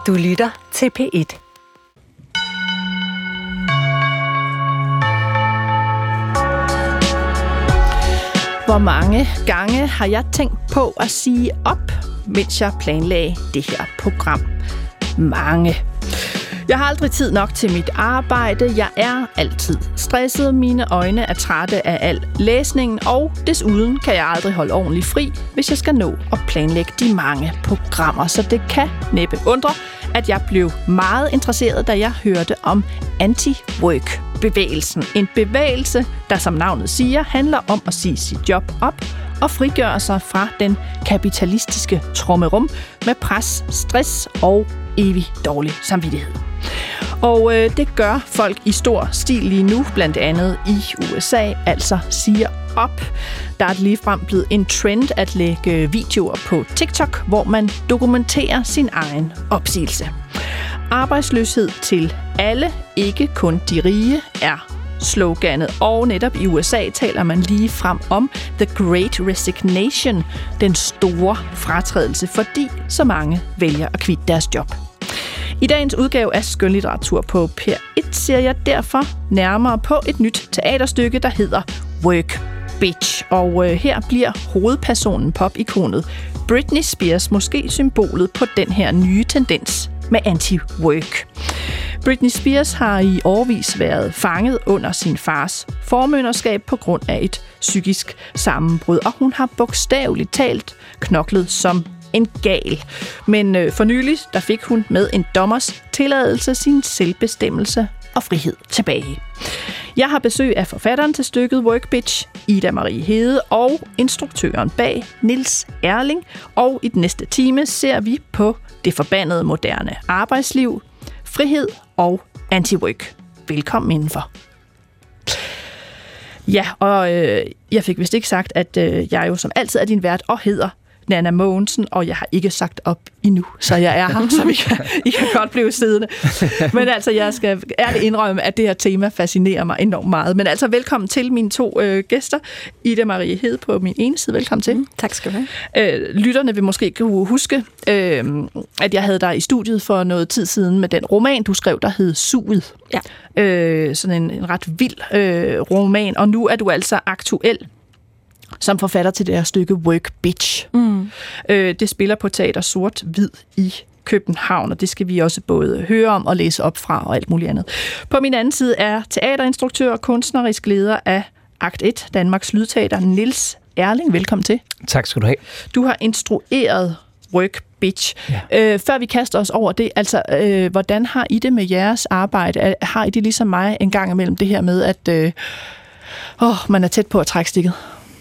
Du lytter til P1. Hvor mange gange har jeg tænkt på at sige op, mens jeg planlagde det her program? Mange. Jeg har aldrig tid nok til mit arbejde. Jeg er altid stresset. Mine øjne er trætte af al læsningen, og desuden kan jeg aldrig holde ordentligt fri, hvis jeg skal nå at planlægge de mange programmer. Så det kan næppe undre, at jeg blev meget interesseret, da jeg hørte om anti-work-bevægelsen. En bevægelse, der som navnet siger, handler om at sige sit job op og frigøre sig fra den kapitalistiske trommerum med pres, stress og evig dårlig samvittighed. Og det gør folk i stor stil lige nu, blandt andet i USA, altså siger op. Der er ligefrem blevet en trend at lægge videoer på TikTok, hvor man dokumenterer sin egen opsigelse. Arbejdsløshed til alle, ikke kun de rige, er sloganet, og netop i USA taler man lige frem om The Great Resignation, den store fratrædelse, fordi så mange vælger at kvitte deres job. I dagens udgave af Skønlitteratur på P1 ser jeg derfor nærmere på et nyt teaterstykke, der hedder Work Bitch. Og her bliver hovedpersonen pop-ikonet Britney Spears måske symbolet på den her nye tendens med anti-work. Britney Spears har i årevis været fanget under sin fars formynderskab på grund af et psykisk sammenbrud, og hun har bogstaveligt talt knoklet som en gal. Men for nylig, der fik hun med en dommers tilladelse sin selvbestemmelse og frihed tilbage. Jeg har besøg af forfatteren til stykket Work Bitch, Ida Marie Hede, og instruktøren bag, Niels Erling. Og i den næste time ser vi på det forbandede moderne arbejdsliv, frihed og anti-work. Velkommen indenfor. Ja, og jeg fik vist ikke sagt, at jeg jo som altid er din vært og hedder Nanna Mogensen, og jeg har ikke sagt op endnu, så jeg er her, så I kan godt blive siddende. Men altså, jeg skal ærligt indrømme, at det her tema fascinerer mig enormt meget. Men altså, velkommen til mine to gæster. Ida Marie Hede på min ene side, velkommen til. Tak skal du have. Lytterne vil måske kunne huske, at jeg havde dig i studiet for noget tid siden med den roman, du skrev, der hed Suget. Ja. Sådan en ret vild roman, og nu er du altså aktuel som forfatter til det her stykke Work Bitch. Det spiller på Teater Sort-Hvid i København, og det skal vi også både høre om og læse op fra og alt muligt andet. På min anden side er teaterinstruktør og kunstnerisk leder af Akt 1, Danmarks Lydteater, Niels Erling. Velkommen til. Tak skal du have. Du har instrueret Work Bitch. Ja. Før vi kaster os over det, altså, hvordan har I det med jeres arbejde? Har I det ligesom mig en gang imellem det her med, at man er tæt på at trække stikket?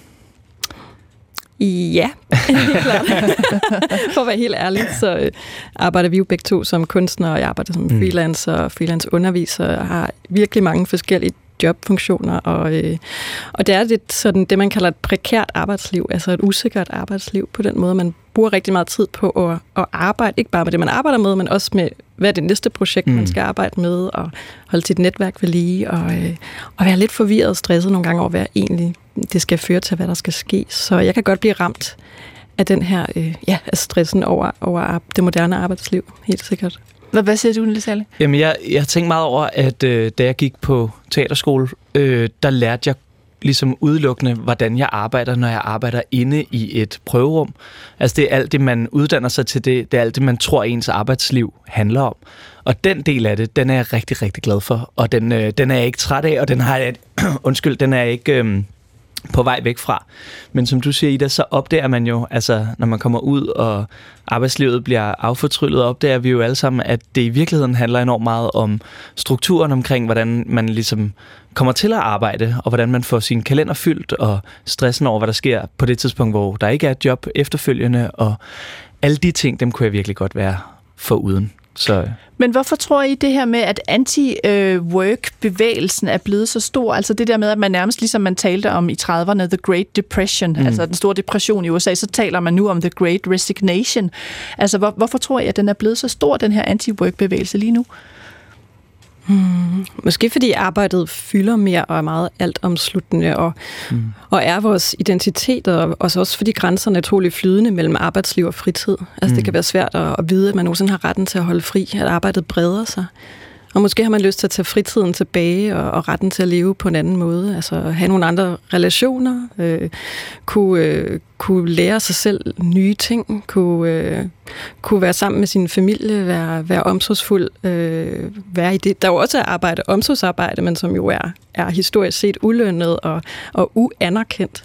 Ja, helt klart. For at være helt ærlig, så arbejder vi jo begge to som kunstnere, og jeg arbejder som freelancer og freelance-underviser, og har virkelig mange forskellige jobfunktioner, og det er lidt sådan det, man kalder et prekært arbejdsliv, altså et usikkert arbejdsliv på den måde. Man bruger rigtig meget tid på at arbejde, ikke bare med det, man arbejder med, men også med, hvad er det næste projekt, man skal arbejde med, og holde sit netværk ved lige, og være lidt forvirret og stresset nogle gange over, hvad egentlig det skal føre til, hvad der skal ske. Så jeg kan godt blive ramt af den her af stressen over det moderne arbejdsliv, helt sikkert. Hvad siger du, Niels Erling? Jamen, jeg tænkte meget over, at da jeg gik på teaterskole, der lærte jeg ligesom udelukkende, hvordan jeg arbejder, når jeg arbejder inde i et prøverum. Altså, det er alt det, man uddanner sig til, det er alt det, man tror, ens arbejdsliv handler om. Og den del af det, den er jeg rigtig, rigtig glad for. Og den er jeg ikke træt af, og den har jeg, den er jeg ikke på vej væk fra. Men som du siger, Ida, så opdager man jo, altså når man kommer ud, og arbejdslivet bliver affortryllet, opdager vi jo alle sammen, at det i virkeligheden handler enormt meget om strukturen omkring, hvordan man ligesom kommer til at arbejde, og hvordan man får sin kalender fyldt, og stressen over, hvad der sker på det tidspunkt, hvor der ikke er et job efterfølgende, og alle de ting, dem kunne jeg virkelig godt være foruden. Så. Men hvorfor tror I det her med, at anti-work-bevægelsen er blevet så stor? Altså det der med, at man nærmest, ligesom man talte om i 30'erne, The Great Depression, altså den store depression i USA, så taler man nu om The Great Resignation. Altså hvorfor tror I, at den er blevet så stor, den her anti-work-bevægelse lige nu? Måske fordi arbejdet fylder mere og er meget altomsluttende og er vores identitet, og også fordi grænserne er utrolig flydende mellem arbejdsliv og fritid. Altså det kan være svært at vide, at man nogensinde har retten til at holde fri, at arbejdet breder sig. Og måske har man lyst til at tage fritiden tilbage og retten til at leve på en anden måde. Altså have nogle andre relationer, kunne lære sig selv nye ting, kunne være sammen med sin familie, være omsorgsfuld, være i det. Der er jo også omsorgsarbejde, men som jo er historisk set ulønnet og uanerkendt.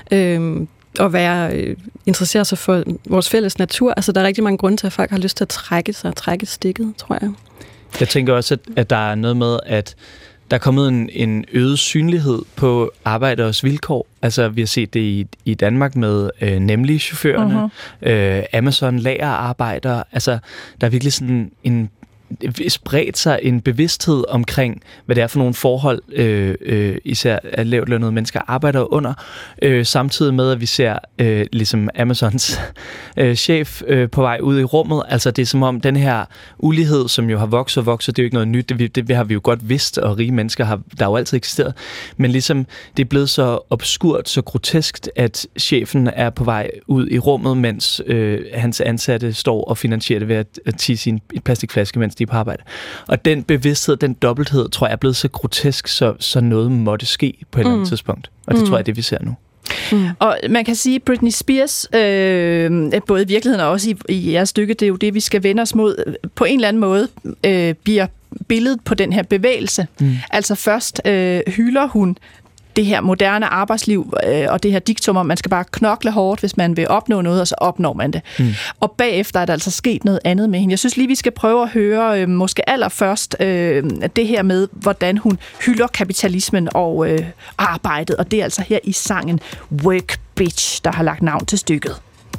Og interessere sig for vores fælles natur. Altså der er rigtig mange grunde til, at folk har lyst til at trække stikket, tror jeg. Jeg tænker også, at der er noget med, at der er kommet en øget synlighed på arbejderes vilkår. Altså, vi har set det i Danmark med nemlig chaufførerne, Amazon lagerarbejdere. Altså, der er virkelig sådan spredt sig en bevidsthed omkring, hvad det er for nogle forhold, især at lavtlønnede mennesker arbejder under, samtidig med, at vi ser ligesom Amazons chef på vej ud i rummet. Altså det er som om den her ulighed, som jo har vokset, det er jo ikke noget nyt, det har vi jo godt vidst, og rige mennesker der har jo altid eksisteret, men ligesom det er blevet så obskurt, så groteskt, at chefen er på vej ud i rummet, mens hans ansatte står og finansierer det ved at tisse i en plastikflaske, mens de er på arbejde. Og den bevidsthed, den dobbelthed, tror jeg er blevet så grotesk, så noget måtte ske på et eller andet tidspunkt. Og det tror jeg er det, vi ser nu. Og man kan sige, at Britney Spears, både i virkeligheden og også i jeres stykke, det er jo det, vi skal vende os mod, på en eller anden måde bliver billedet på den her bevægelse. Altså først hylder hun det her moderne arbejdsliv og det her diktum om, man skal bare knokle hårdt, hvis man vil opnå noget, og så opnår man det. Og bagefter er der altså sket noget andet med hende. Jeg synes lige, vi skal prøve at høre måske allerførst det her med, hvordan hun hylder kapitalismen og arbejdet, og det er altså her i sangen Work Bitch, der har lagt navn til stykket.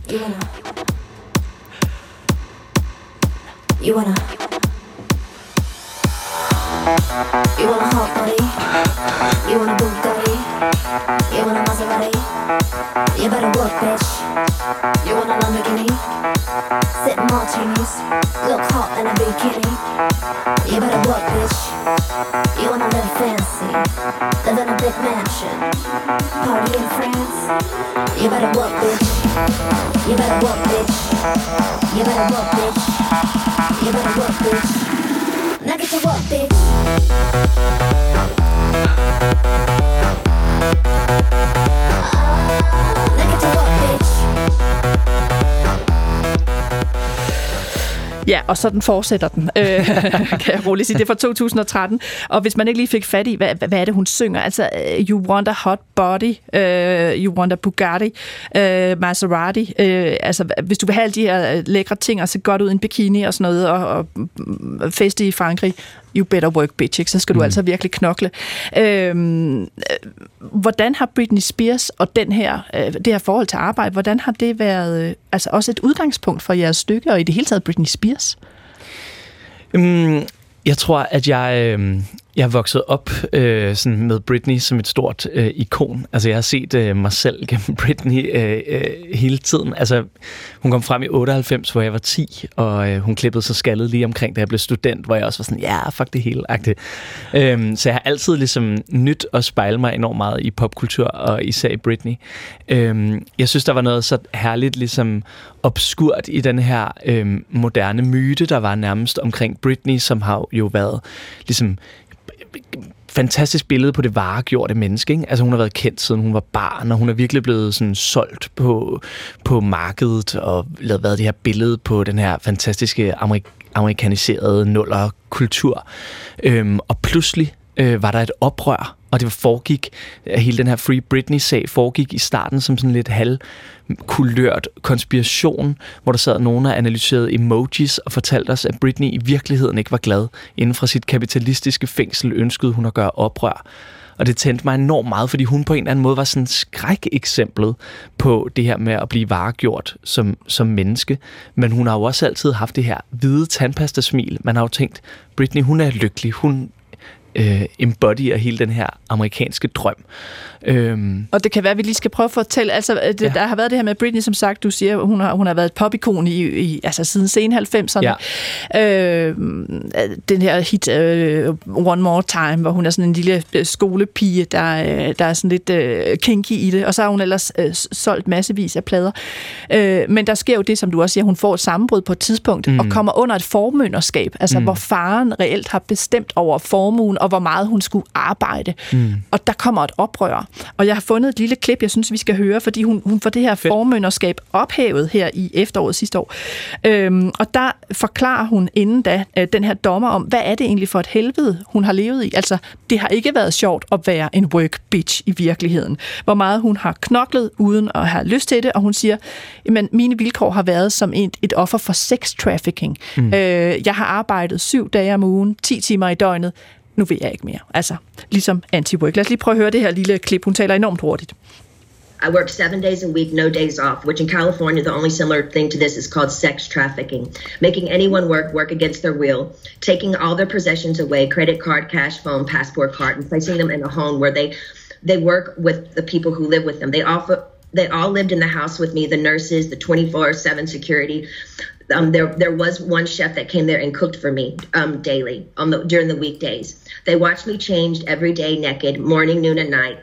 You wanna hot body? You wanna Bugatti? You wanna Maserati? You better work, bitch. You wanna Lamborghini? Sip martinis, look hot in a bikini. You better work, bitch. You wanna live fancy, live in a big mansion, party in France. You better work, bitch. You better work, bitch. You better work, bitch. You better work, bitch. Now get to work, bitch. Now get to work, bitch. Ja, og sådan fortsætter den, kan jeg roligt sige. Det er fra 2013. Og hvis man ikke lige fik fat i, hvad er det, hun synger? Altså, you want a hot body, you want a Bugatti, Maserati. Altså, hvis du vil have alle de her lækre ting og se godt ud i en bikini og sådan noget, og feste i Frankrig, you better work, bitch, ikke? Så skal du altså virkelig knokle. Hvordan har Britney Spears og det her forhold til arbejde, hvordan har det været altså også et udgangspunkt for jeres stykke, og i det hele taget Britney Spears? Jeg tror, at jeg er vokset op sådan med Britney som et stort ikon. Altså, jeg har set mig selv gennem Britney hele tiden. Altså, hun kom frem i 98, hvor jeg var 10, og hun klippede sig skaldet lige omkring, da jeg blev student, hvor jeg også var sådan, ja, fuck det hele-agtigt. Så jeg har altid ligesom nyt at spejle mig enormt meget i popkultur, og især i Britney. Jeg synes, der var noget så herligt ligesom obskurt i den her moderne myte, der var nærmest omkring Britney, som har jo været ligesom fantastisk billede på det varegjorte menneske, ikke? Altså hun har været kendt siden hun var barn, og hun er virkelig blevet sådan solgt på markedet og været det her billede på den her fantastiske amerikaniserede nullerkultur. Og pludselig var der et oprør, og det foregik, hele den her Free Britney-sag foregik i starten som sådan lidt halvkulørt konspiration, hvor der sad nogen og analyserede emojis og fortalte os, at Britney i virkeligheden ikke var glad. Inden fra sit kapitalistiske fængsel ønskede hun at gøre oprør. Og det tændte mig enormt meget, fordi hun på en eller anden måde var sådan skrækeksemplet på det her med at blive varegjort som menneske. Men hun har jo også altid haft det her hvide tandpastasmil. Man har jo tænkt, Britney, hun er lykkelig. embodyer hele den her amerikanske drøm. Og det kan være, at vi lige skal prøve at fortælle, altså der har været det her med Britney, som sagt, du siger, hun har været et popikon altså siden sen 90'erne. Ja. Den her hit One More Time, hvor hun er sådan en lille skolepige, der er sådan lidt kinky i det, og så har hun ellers solgt massevis af plader. Men der sker jo det, som du også siger, hun får et sammenbrud på et tidspunkt, og kommer under et formynderskab, altså hvor faren reelt har bestemt over formuen, og hvor meget hun skulle arbejde. Og der kommer et oprør. Og jeg har fundet et lille klip, jeg synes, vi skal høre, fordi hun får det her formynderskab ophævet her i efteråret sidste år. Og der forklarer hun inden da den her dommer om, hvad er det egentlig for et helvede, hun har levet i? Altså, det har ikke været sjovt at være en work bitch i virkeligheden. Hvor meget hun har knoklet uden at have lyst til det, og hun siger, jamen, mine vilkår har været som et offer for sex trafficking. Jeg har arbejdet 7 dage om ugen, 10 timer i døgnet. Nu ved jeg ikke mere. Altså, ligesom anti-work. Lad os lige prøve at høre det her lille klip. Hun taler enormt hurtigt. I work 7 days a week, no days off, which in California, the only similar thing to this is called sex trafficking. Making anyone work against their will, taking all their possessions away, credit card, cash, phone, passport card, and placing them in a home where they work with the people who live with them. They all lived in the house with me, the nurses, the 24/7 security. There was one chef that came there and cooked for me daily during the weekdays. They watched me changed every day naked, morning, noon, and night.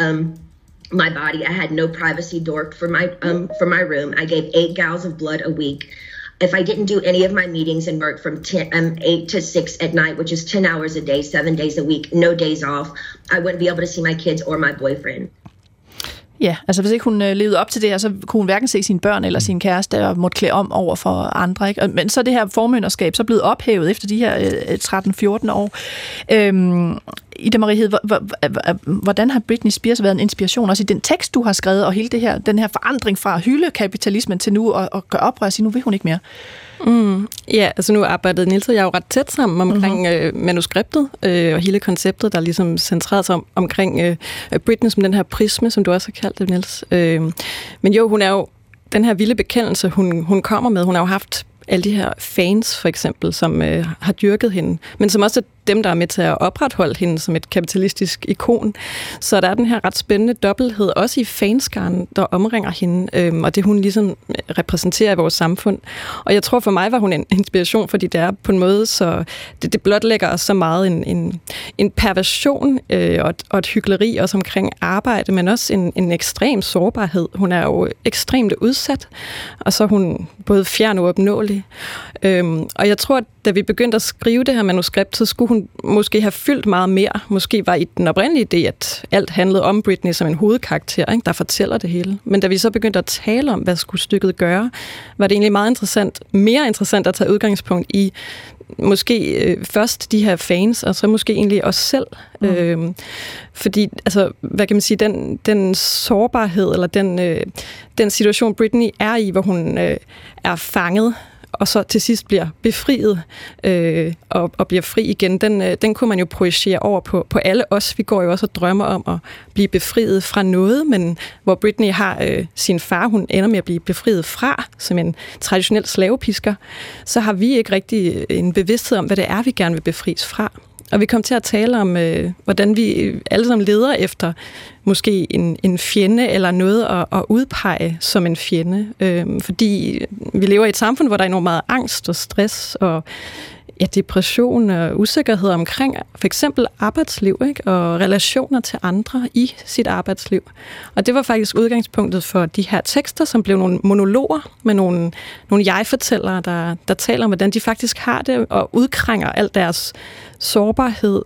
My body, I had no privacy door for my room. I gave 8 gallons of blood a week. If I didn't do any of my meetings and work from 8 to 6 at night, which is 10 hours a day, 7 days a week, no days off, I wouldn't be able to see my kids or my boyfriend. Ja, altså hvis ikke hun levede op til det her, så kunne hun hverken se sine børn eller sin kæreste og måtte klæde om over for andre. Ikke? Men så er det her formynderskab så blevet ophævet efter de her 13-14 år. Ida Marie Hed, hvordan har Britney Spears været en inspiration også i den tekst, du har skrevet, og hele det her, den her forandring fra at hylde kapitalismen til nu og gøre oprør og sige, nu vil hun ikke mere? Ja, altså nu arbejdede Niels og jeg jo ret tæt sammen omkring manuskriptet og hele konceptet, der ligesom centrerede sig omkring Britney som den her prisme, som du også har kaldt det, Niels. Men jo, hun er jo den her vilde bekendelse, hun kommer med. Hun har jo haft alle de her fans, for eksempel, som har dyrket hende, men som også er dem, der er med til at opretholde hende som et kapitalistisk ikon. Så der er den her ret spændende dobbelthed, også i fanskaren, der omringer hende, og det hun ligesom repræsenterer i vores samfund. Og jeg tror for mig var hun en inspiration, fordi det er på en måde, så det blotlægger så meget en perversion og et hykleri også omkring arbejde, men også en ekstrem sårbarhed. Hun er jo ekstremt udsat, og så er hun både fjern og uopnåelig. Og jeg tror, at da vi begyndte at skrive det her manuskript, så skulle hun måske have fyldt meget mere. Måske var i den oprindelige idé, at alt handlede om Britney som en hovedkarakter, ikke, der fortæller det hele. Men da vi så begyndte at tale om, hvad skulle stykket gøre, var det egentlig meget interessant, mere interessant at tage udgangspunkt i måske først de her fans, og så måske egentlig os selv. Fordi, altså, hvad kan man sige, den sårbarhed, eller den situation, Britney er i, hvor hun er fanget, og så til sidst bliver befriet og bliver fri igen, den kunne man jo projicere over på alle os. Vi går jo også og drømmer om at blive befriet fra noget, men hvor Britney har sin far, hun ender med at blive befriet fra, som en traditionel slavepisker, så har vi ikke rigtig en bevidsthed om, hvad det er, vi gerne vil befries fra. Og vi kom til at tale om, hvordan vi alle sammen leder efter måske en fjende eller noget at udpege som en fjende. Fordi vi lever i et samfund, hvor der er enormt meget angst og stress og depression og usikkerhed omkring for eksempel arbejdsliv, ikke? Og relationer til andre i sit arbejdsliv. Og det var faktisk udgangspunktet for de her tekster, som blev nogle monologer med nogle jeg-fortællere, der taler om, hvordan de faktisk har det og udkrænger alt deres sårbarhed,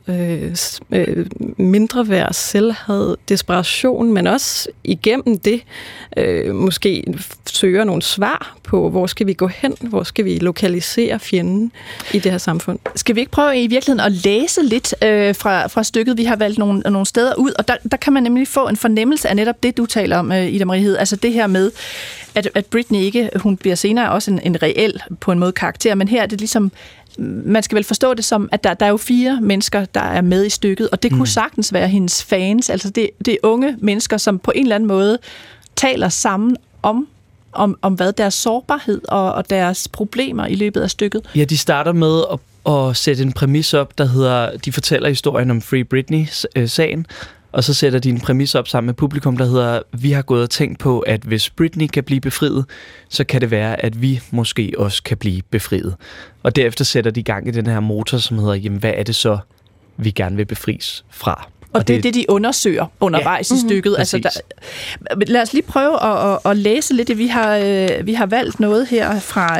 mindreværd, selvhed, desperation, men også igennem det måske søger nogle svar på, hvor skal vi gå hen, hvor skal vi lokalisere fjenden i det her samfund. Skal vi ikke prøve i virkeligheden at læse lidt fra stykket? Vi har valgt nogle steder ud, og der kan man nemlig få en fornemmelse af netop det, du taler om, Ida Marie Hed. Altså det her med, at Britney ikke, hun bliver senere også en reel på en måde karakter, men her er det ligesom, man skal vel forstå det som, at der er jo 4 mennesker, der er med i stykket, og det kunne sagtens være hendes fans. Altså det er unge mennesker, som på en eller anden måde taler sammen om om hvad deres sårbarhed og deres problemer i løbet af stykket? Ja, de starter med at sætte en præmis op, der hedder, de fortæller historien om Free Britney-sagen, og så sætter de en præmis op sammen med publikum, der hedder, vi har gået og tænkt på, at hvis Britney kan blive befriet, så kan det være, at vi måske også kan blive befriet. Og derefter sætter de i gang i den her motor, som hedder, jamen hvad er det så, vi gerne vil befries fra? Og det er det, de undersøger undervejs i stykket. Altså, lad os lige prøve at læse lidt. Vi har valgt noget her fra...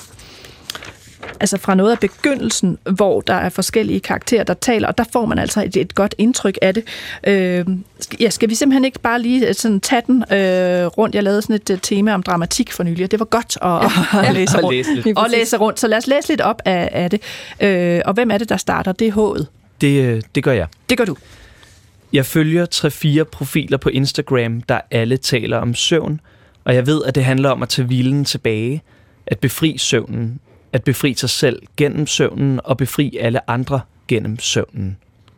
fra noget af begyndelsen, hvor der er forskellige karakterer, der taler, og der får man altså et godt indtryk af det. Skal vi simpelthen ikke bare lige sådan tage den rundt? Jeg lavede sådan et tema om dramatik for nylig, og det var godt at læse rundt. Og læse rundt. Så lad os læse lidt op af det. Og hvem er det, der starter? Det er H'et. Det gør jeg. Det gør du. Jeg følger 3-4 profiler på Instagram, der alle taler om søvn, og jeg ved, at det handler om at tage hvilen tilbage, at befri søvnen, at befri sig selv gennem søvnen og befri alle andre gennem søvnen.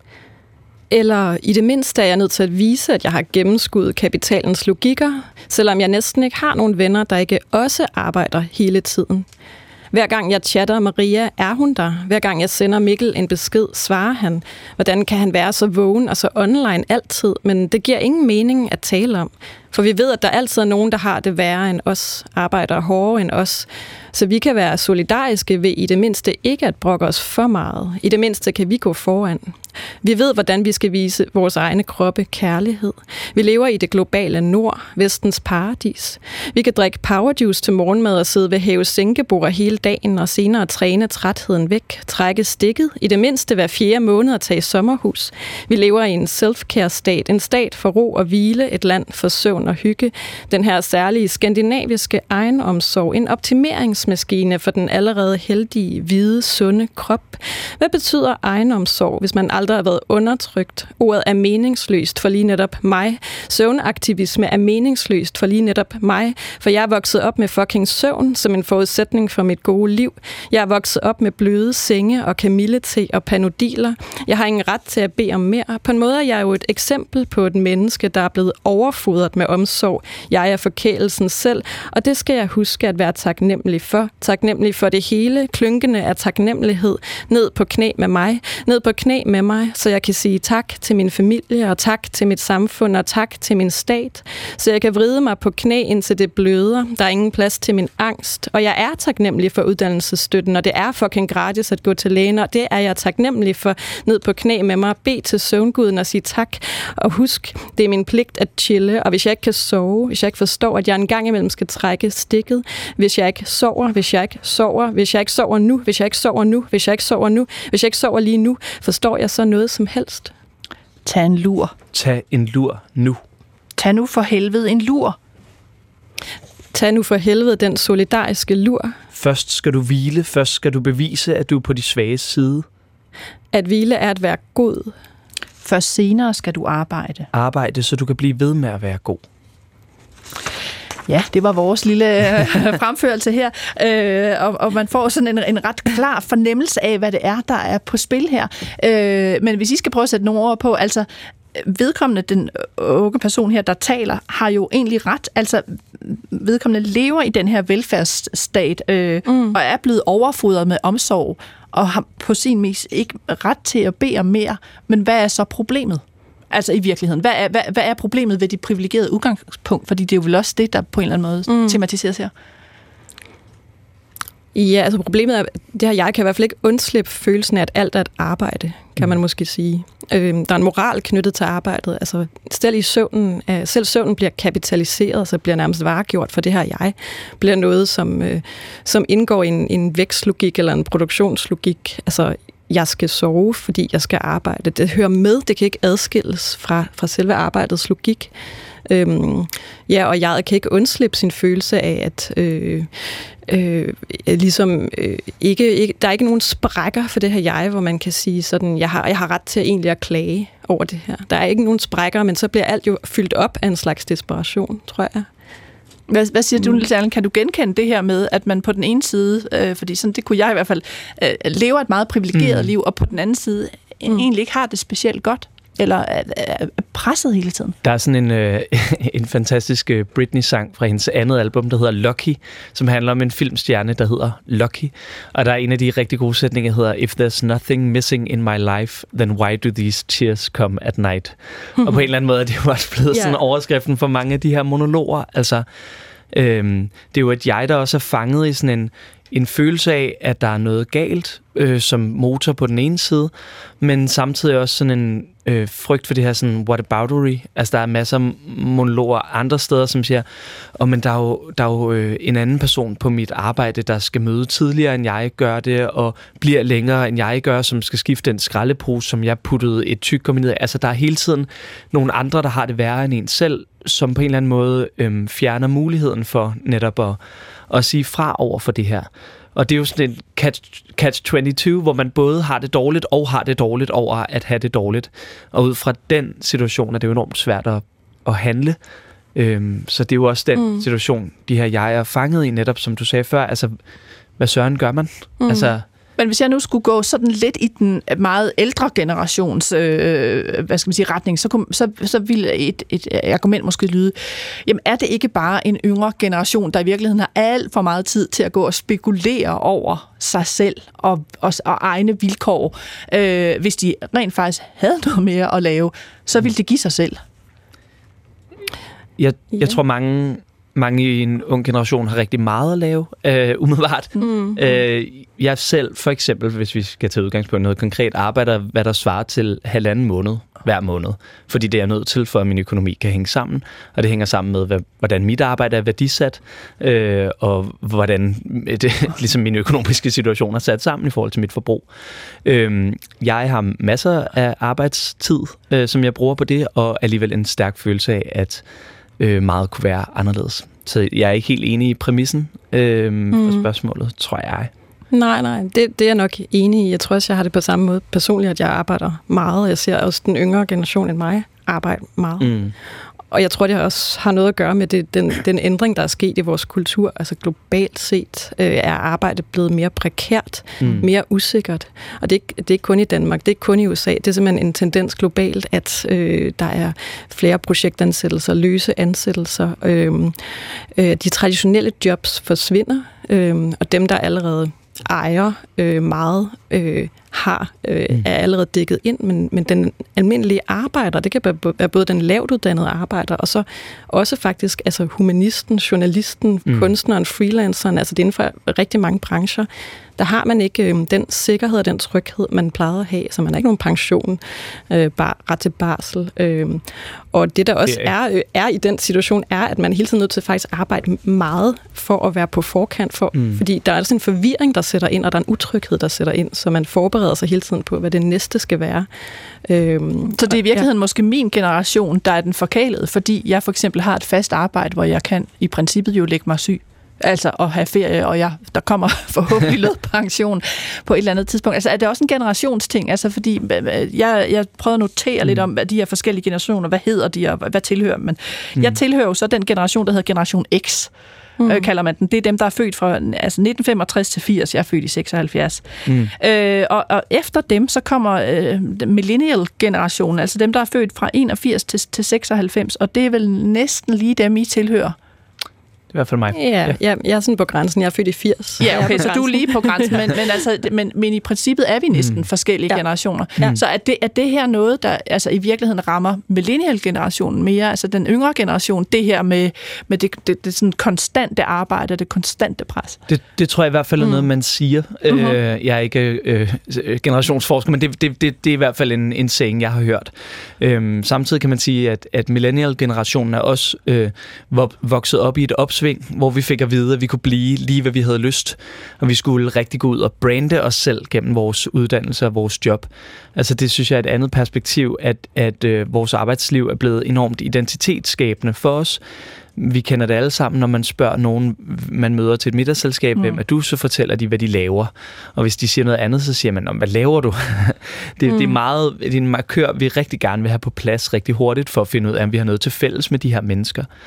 Eller i det mindste er jeg nødt til at vise, at jeg har gennemskuddet kapitalens logikker, selvom jeg næsten ikke har nogen venner, der ikke også arbejder hele tiden. Hver gang jeg chatter Maria, er hun der. Hver gang jeg sender Mikkel en besked, svarer han. Hvordan kan han være så vågen og så online altid? Men det giver ingen mening at tale om. For vi ved, at der altid er nogen, der har det værre end os, arbejder hårdere end os. Så vi kan være solidariske ved i det mindste ikke at brokke os for meget. I det mindste kan vi gå foran. Vi ved, hvordan vi skal vise vores egne kroppe kærlighed. Vi lever i det globale nord, vestens paradis. Vi kan drikke powerjuice til morgenmad og sidde ved hæve-sænkebord hele dagen og senere træne trætheden væk, trække stikket, i det mindste hver 4. måned at tage i sommerhus. Vi lever i en self-care-stat, en stat for ro og hvile, et land for søvn og hygge. Den her særlige skandinaviske egenomsorg, en optimeringsmaskine for den allerede heldige, hvide, sunde krop. Hvad betyder egenomsorg, hvis man aldrig har været undertrykt? Ordet er meningsløst for lige netop mig. Søvnaktivisme er meningsløst for lige netop mig, for jeg er vokset op med fucking søvn som en forudsætning for mit gode liv. Jeg er vokset op med bløde senge og kamillete og panodiler. Jeg har ingen ret til at bede om mere. På en måde er jeg jo et eksempel på et menneske, der er blevet overfodret med omsorg. Jeg er forkælelsen selv, og det skal jeg huske at være taknemmelig for. Taknemmelig for det hele, klynkende af taknemmelighed. Ned på knæ med mig, ned på knæ med mig, så jeg kan sige tak til min familie, og tak til mit samfund, og tak til min stat. Så jeg kan vride mig på knæ, indtil det bløder. Der er ingen plads til min angst, og jeg er taknemmelig for uddannelsesstøtten, og det er fucking gratis at gå til lægen, og det er jeg taknemmelig for. Ned på knæ med mig, bed til søvnguden og sige tak, og husk, det er min pligt at chille, og hvis jeg ikke kan sove, hvis jeg ikke forstår, at jeg en gang imellem skal trække stikket, hvis jeg ikke sover, hvis jeg ikke sover, hvis jeg ikke sover nu, hvis jeg ikke sover nu, hvis jeg ikke sover nu, hvis jeg ikke sover lige nu, forstår jeg så noget som helst? Tag en lur. Tag en lur nu. Tag nu for helvede en lur. Tag nu for helvede den solidariske lur. Først skal du hvile, først skal du bevise, at du er på de svage side. At hvile er at være god. Først senere skal du arbejde. Arbejde, så du kan blive ved med at være god. Ja, det var vores lille fremførelse her, og man får sådan en ret klar fornemmelse af, hvad det er, der er på spil her. Men hvis I skal prøve at sætte nogle ord på, altså vedkommende, den unge person her, der taler, har jo egentlig ret. Altså vedkommende lever i den her velfærdsstat, og er blevet overfodret med omsorg, og har på sin vis ikke ret til at bede om mere. Men hvad er så problemet? Altså i virkeligheden. Hvad er problemet ved det privilegerede udgangspunkt? Fordi det er jo vel også det, der på en eller anden måde tematiseres her. Ja, altså problemet er, det her jeg kan i hvert fald ikke undslippe følelsen af, at alt er et arbejde, kan man måske sige. Der er en moral knyttet til arbejdet. Altså selv søvnen bliver kapitaliseret, så bliver nærmest varegjort for det her jeg. Bliver noget, som indgår i en vækstlogik eller en produktionslogik. Altså jeg skal sove, fordi jeg skal arbejde. Det hører med, det kan ikke adskilles fra selve arbejdets logik. Ja, og jeg kan ikke undslippe sin følelse af, at der er ikke nogen sprækker for det her jeg, hvor man kan sige sådan, jeg har ret til egentlig at klage over det her. Der er ikke nogen sprækker, men så bliver alt jo fyldt op af en slags desperation, tror jeg. Hvad siger du, Niels Erling? Kan du genkende det her med, at man på den ene side, fordi sådan, det kunne jeg i hvert fald, lever et meget privilegeret liv, og på den anden side egentlig ikke har det specielt godt? Eller er presset hele tiden? Der er sådan en fantastisk Britney-sang fra hendes andet album, der hedder Lucky, som handler om en filmstjerne, der hedder Lucky. Og der er en af de rigtig gode sætninger, der hedder If there's nothing missing in my life, then why do these tears come at night? Og på en eller anden måde er det jo også blevet sådan overskriften for mange af de her monologer. Altså, det er jo et jeg, der også er fanget i sådan en følelse af, at der er noget galt som motor på den ene side, men samtidig også sådan en frygt for det her sådan whataboutery. Altså, der er masser af monologer andre steder, som siger, men der er jo en anden person på mit arbejde, der skal møde tidligere, end jeg gør det, og bliver længere, end jeg gør, som skal skifte den skraldepose, som jeg puttede et tyggegummi ned af. Altså, der er hele tiden nogle andre, der har det værre end en selv, som på en eller anden måde fjerner muligheden for netop at sige fra over for det her. Og det er jo sådan en catch-22, hvor man både har det dårligt og har det dårligt over at have det dårligt. Og ud fra den situation er det jo enormt svært at handle. Så det er jo også den situation, de her jeg er fanget i, netop som du sagde før. Altså, hvad søren gør man? Altså, men hvis jeg nu skulle gå sådan lidt i den meget ældre generations retning, så ville et argument måske lyde, jamen er det ikke bare en yngre generation, der i virkeligheden har alt for meget tid til at gå og spekulere over sig selv og egne vilkår? Hvis de rent faktisk havde noget mere at lave, så ville det give sig selv. Jeg tror mange i en ung generation har rigtig meget at lave, umiddelbart. Jeg selv, for eksempel, hvis vi skal tage udgangspunkt noget konkret, arbejder, hvad der svarer til 1,5 måned hver måned. Fordi det er nødt til, for at min økonomi kan hænge sammen. Og det hænger sammen med, hvordan mit arbejde er værdisat, og hvordan ligesom min økonomiske situation er sat sammen i forhold til mit forbrug. Jeg har masser af arbejdstid, som jeg bruger på det, og alligevel en stærk følelse af, at meget kunne være anderledes. Så jeg er ikke helt enig i præmissen og spørgsmålet, tror jeg. Nej, det er jeg nok enig i. Jeg tror også, jeg har det på samme måde personligt, at jeg arbejder meget. Jeg ser også den yngre generation end mig arbejde meget. Og jeg tror, det også har noget at gøre med den ændring, der er sket i vores kultur. Altså globalt set er arbejdet blevet mere prekært, mere usikkert. Og det er ikke kun i Danmark, det er ikke kun i USA. Det er simpelthen en tendens globalt, at der er flere projektansættelser, løse ansættelser. De traditionelle jobs forsvinder, og dem, der allerede ejer meget, er allerede dækket ind, men den almindelige arbejder, det kan være både den lavt uddannede arbejder, og så også faktisk altså humanisten, journalisten, kunstneren, freelanceren, altså det inden for rigtig mange brancher, der har man ikke den sikkerhed og den tryghed, man plejede at have, så man har ikke nogen pension, ret til barsel. Og det, der også er i den situation, er, at man hele tiden er nødt til faktisk arbejde meget for at være på forkant, fordi der er altså en forvirring, der sætter ind, og der er en utryghed, der sætter ind, så man forbereder sig hele tiden på, hvad det næste skal være. Så det er i virkeligheden måske min generation, der er den forkælede, fordi jeg for eksempel har et fast arbejde, hvor jeg kan i princippet jo lægge mig syg. Altså at have ferie, og der kommer forhåbentlig lønpension på et eller andet tidspunkt. Altså er det også en generationsting? Altså fordi jeg prøvede at notere lidt om, hvad de her forskellige generationer, hvad hedder de, og hvad tilhører man? Jeg tilhører jo så den generation, der hedder Generation X, kalder man den. Det er dem, der er født fra 1965 til 80. Jeg er født i 76. Og efter dem, så kommer millennial-generationen, altså dem, der er født fra 81 til 96, og det er vel næsten lige dem, I tilhører. I hvert fald mig. Ja, jeg er sådan på grænsen. Jeg er født i 80. Ja, okay, så du er lige på grænsen, men i princippet er vi næsten forskellige generationer. Ja. Så er det her noget, der altså i virkeligheden rammer millennial-generationen mere, altså den yngre generation, det her med det sådan konstante arbejde, det konstante pres? Det tror jeg i hvert fald er noget, man siger. Jeg er ikke generationsforsker, men det er i hvert fald en saying, jeg har hørt. Samtidig kan man sige, at millennial-generationen er også vokset op i et opsving, hvor vi fik at vide, at vi kunne blive lige, hvad vi havde lyst, og vi skulle rigtig gå ud og brande os selv gennem vores uddannelse og vores job. Altså det synes jeg er et andet perspektiv, at vores arbejdsliv er blevet enormt identitetsskabende for os. Vi kender det alle sammen, når man spørger nogen, man møder til et middagsselskab, hvem er du, så fortæller de, hvad de laver. Og hvis de siger noget andet, så siger man, hvad laver du? Det er en markør, vi rigtig gerne vil have på plads rigtig hurtigt, for at finde ud af, om vi har noget til fælles med de her mennesker.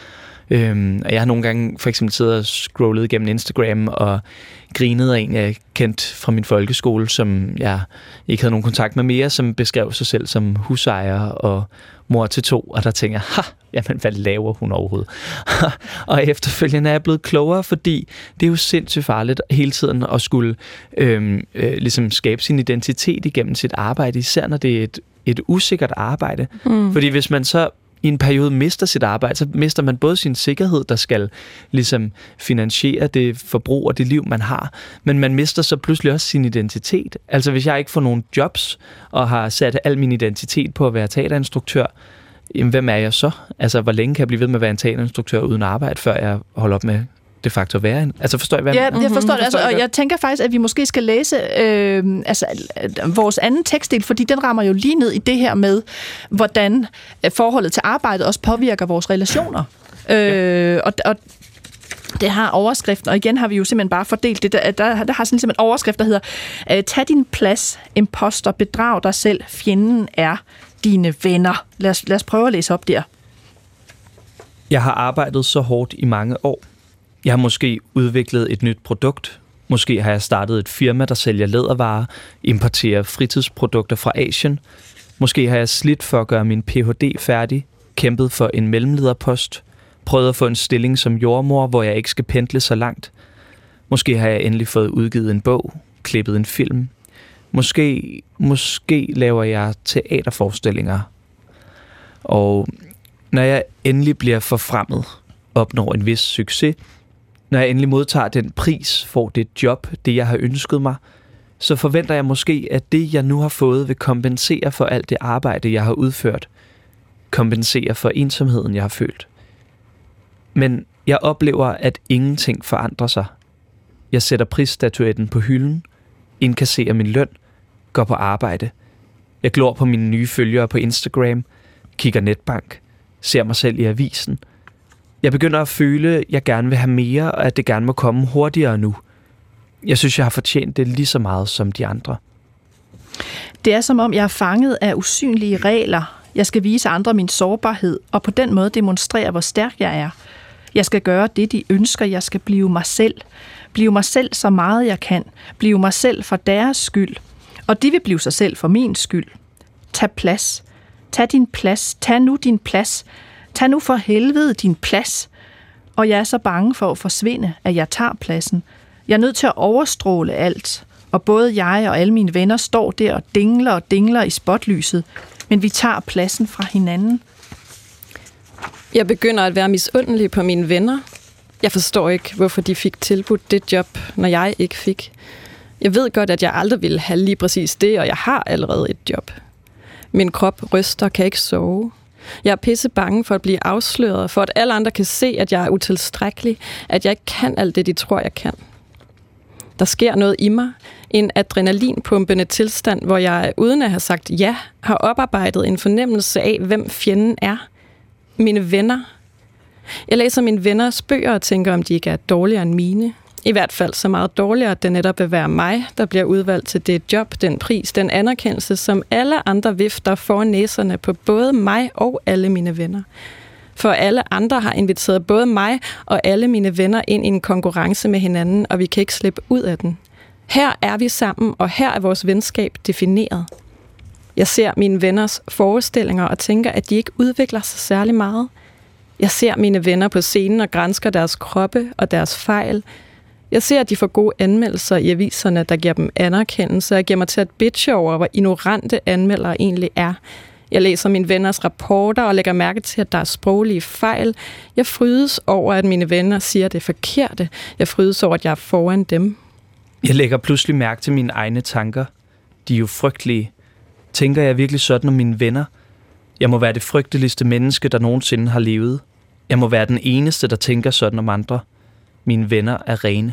Og jeg har nogle gange for eksempel siddet og scrollet igennem Instagram og grinet af en, jeg kendt fra min folkeskole, som jeg ikke havde nogen kontakt med mere, som beskrev sig selv som husejer og mor til 2. Og der tænker jeg, jamen hvad laver hun overhovedet? Og efterfølgende er jeg blevet klogere, fordi det er jo sindssygt farligt hele tiden at skulle ligesom skabe sin identitet igennem sit arbejde, især når det er et usikkert arbejde. Fordi hvis man så i en periode mister sit arbejde, så mister man både sin sikkerhed, der skal ligesom finansiere det forbrug og det liv, man har, men man mister så pludselig også sin identitet. Altså hvis jeg ikke får nogen jobs, og har sat al min identitet på at være teaterinstruktør, jamen hvem er jeg så? Altså hvor længe kan jeg blive ved med at være en teaterinstruktør uden arbejde, før jeg holder op med de facto at være en? Altså forstår jeg, hvad Ja, jeg forstår det. Altså, og jeg tænker faktisk, at vi måske skal læse vores anden tekstdel, fordi den rammer jo lige ned i det her med, hvordan forholdet til arbejdet også påvirker vores relationer. Og det har overskriften, og igen har vi jo simpelthen bare fordelt det. Der har sådan ligesom en overskrift, der hedder tag din plads, imposter, bedrag dig selv, fjenden er dine venner. Lad os prøve at læse op der. Jeg har arbejdet så hårdt i mange år. Jeg har måske udviklet et nyt produkt. Måske har jeg startet et firma, der sælger lædervarer, importerer fritidsprodukter fra Asien. Måske har jeg slidt for at gøre min Ph.D. færdig, kæmpet for en mellemlederpost, prøvet at få en stilling som jordmor, hvor jeg ikke skal pendle så langt. Måske har jeg endelig fået udgivet en bog, klippet en film. Måske laver jeg teaterforestillinger. Og når jeg endelig bliver forfremmet, opnår en vis succes, når jeg endelig modtager den pris, får det job, det jeg har ønsket mig, så forventer jeg måske, at det, jeg nu har fået, vil kompensere for alt det arbejde, jeg har udført. Kompensere for ensomheden, jeg har følt. Men jeg oplever, at ingenting forandrer sig. Jeg sætter prisstatuetten på hylden, indkasserer min løn, går på arbejde. Jeg glor på mine nye følgere på Instagram, kigger netbank, ser mig selv i avisen. Jeg begynder at føle, at jeg gerne vil have mere, og at det gerne må komme hurtigere nu. Jeg synes, jeg har fortjent det lige så meget som de andre. Det er som om, jeg er fanget af usynlige regler. Jeg skal vise andre min sårbarhed, og på den måde demonstrere, hvor stærk jeg er. Jeg skal gøre det, de ønsker. Jeg skal blive mig selv. Blive mig selv så meget jeg kan. Blive mig selv for deres skyld. Og de vil blive sig selv for min skyld. Tag plads. Tag din plads. Tag nu din plads. Tag nu for helvede din plads. Og jeg er så bange for at forsvinde, at jeg tager pladsen. Jeg er nødt til at overstråle alt. Og både jeg og alle mine venner står der og dingler i spotlyset. Men vi tager pladsen fra hinanden. Jeg begynder at være misundelig på mine venner. Jeg forstår ikke, hvorfor de fik tilbudt det job, når jeg ikke fik. Jeg ved godt, at jeg aldrig ville have lige præcis det, og jeg har allerede et job. Min krop ryster, kan ikke sove. Jeg er pisse bange for at blive afsløret, for at alle andre kan se, at jeg er utilstrækkelig, at jeg ikke kan alt det, de tror, jeg kan. Der sker noget i mig, en adrenalinpumpende tilstand, hvor jeg uden at have sagt ja, har oparbejdet en fornemmelse af, hvem fjenden er. Mine venner. Jeg læser mine venners bøger og tænker, om de ikke er dårligere end mine. I hvert fald så meget dårligere, at det netop vil være mig, der bliver udvalgt til det job, den pris, den anerkendelse, som alle andre vifter foran næserne på både mig og alle mine venner. For alle andre har inviteret både mig og alle mine venner ind i en konkurrence med hinanden, og vi kan ikke slippe ud af den. Her er vi sammen, og her er vores venskab defineret. Jeg ser mine venners forestillinger og tænker, at de ikke udvikler sig særlig meget. Jeg ser mine venner på scenen og gransker deres kroppe og deres fejl. Jeg ser, at de får gode anmeldelser i aviserne, der giver dem anerkendelse, og giver mig til at bitche over, hvor ignorante anmeldere egentlig er. Jeg læser mine venners rapporter og lægger mærke til, at der er sproglige fejl. Jeg frydes over, at mine venner siger, at det er forkerte. Jeg frydes over, at jeg er foran dem. Jeg lægger pludselig mærke til mine egne tanker. De er jo frygtelige. Tænker jeg virkelig sådan om mine venner? Jeg må være det frygteligste menneske, der nogensinde har levet. Jeg må være den eneste, der tænker sådan om andre. Mine venner er rene.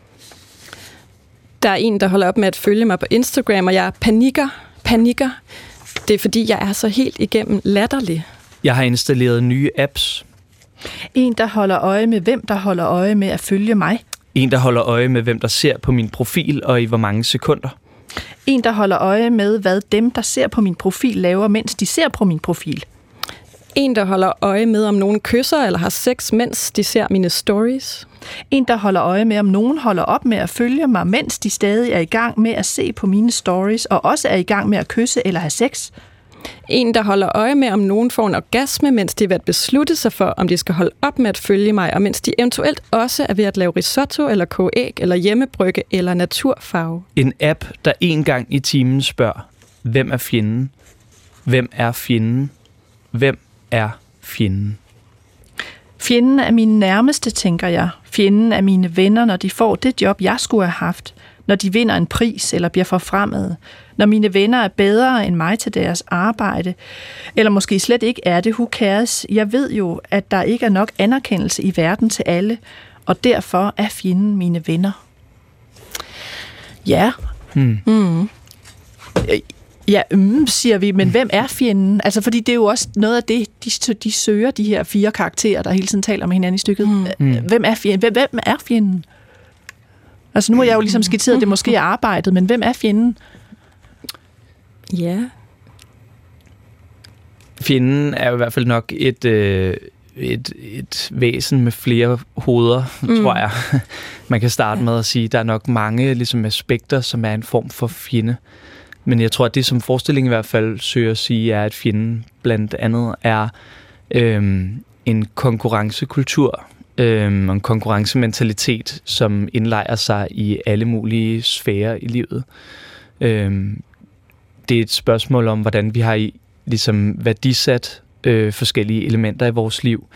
Der er en, der holder op med at følge mig på Instagram, og jeg panikker. Det er fordi, jeg er så helt igennem latterlig. Jeg har installeret nye apps. En, der holder øje med, hvem der holder øje med at følge mig. En, der holder øje med, hvem der ser på min profil og i hvor mange sekunder. En, der holder øje med, hvad dem, der ser på min profil, laver, mens de ser på min profil. En, der holder øje med, om nogen kysser eller har sex, mens de ser mine stories. En, der holder øje med, om nogen holder op med at følge mig, mens de stadig er i gang med at se på mine stories, og også er i gang med at kysse eller have sex. En, der holder øje med, om nogen får en orgasme, mens de er ved at beslutte sig for, om de skal holde op med at følge mig, og mens de eventuelt også er ved at lave risotto, eller koge æg, eller hjemmebrygge, eller naturfarve. En app, der en gang i timen spørger, hvem er fjenden? Hvem er fjenden? Hvem er fjenden? Fjenden er mine nærmeste, tænker jeg. Fjenden er mine venner, når de får det job, jeg skulle have haft. Når de vinder en pris eller bliver forfremmet. Når mine venner er bedre end mig til deres arbejde. Eller måske slet ikke er det. Who cares? Jeg ved jo, at der ikke er nok anerkendelse i verden til alle. Og derfor er fjenden mine venner. Ja. Ja, siger vi, men hvem er fjenden? Altså, fordi det er jo også noget af det, de søger, de her 4 karakterer, der hele tiden taler med hinanden i stykket. Hvem er fjenden? Hvem er fjenden? Altså, nu har jeg jo ligesom skitseret, at det måske er arbejdet, men hvem er fjenden? Ja. Fjenden er jo i hvert fald nok et væsen med flere hoveder, tror jeg. Man kan starte med at sige, at der er nok mange ligesom, aspekter, som er en form for fjende. Men jeg tror, at det, som forestillingen i hvert fald søger at sige, er, at fjenden blandt andet er en konkurrencekultur og en konkurrencementalitet, som indlejrer sig i alle mulige sfærer i livet. Det er et spørgsmål om, hvordan vi har ligesom værdisat forskellige elementer i vores liv.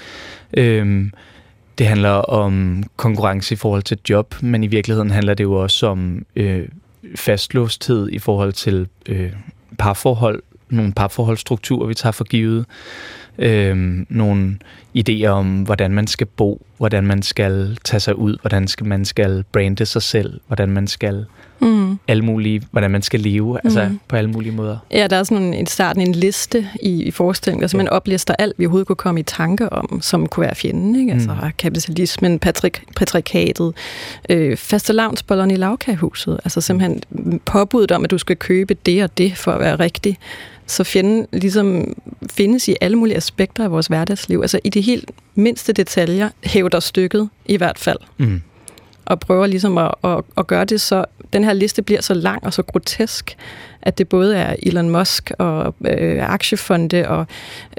Det handler om konkurrence i forhold til job, men i virkeligheden handler det jo også om fastlåsthed i forhold til parforhold, nogle parforholdsstrukturer, vi tager for givet, nogle idéer om, hvordan man skal bo, hvordan man skal tage sig ud, hvordan man skal brande sig selv, hvordan man skal hvordan man skal leve, altså på alle mulige måder. Ja, der er sådan i starten en liste i forestillingen, der simpelthen oplister alt, vi overhovedet kunne komme i tanke om, som kunne være fjenden, ikke? Altså kapitalismen, patriarkatet, fastelavnsbollerne i lavkagehuset, altså simpelthen påbuddet om, at du skal købe det og det for at være rigtig. Så fjenden ligesom findes i alle mulige aspekter af vores hverdagsliv. Altså i de helt mindste detaljer hævder stykket i hvert fald. Og prøver ligesom at gøre det så, den her liste bliver så lang og så grotesk, at det både er Elon Musk og aktiefonde og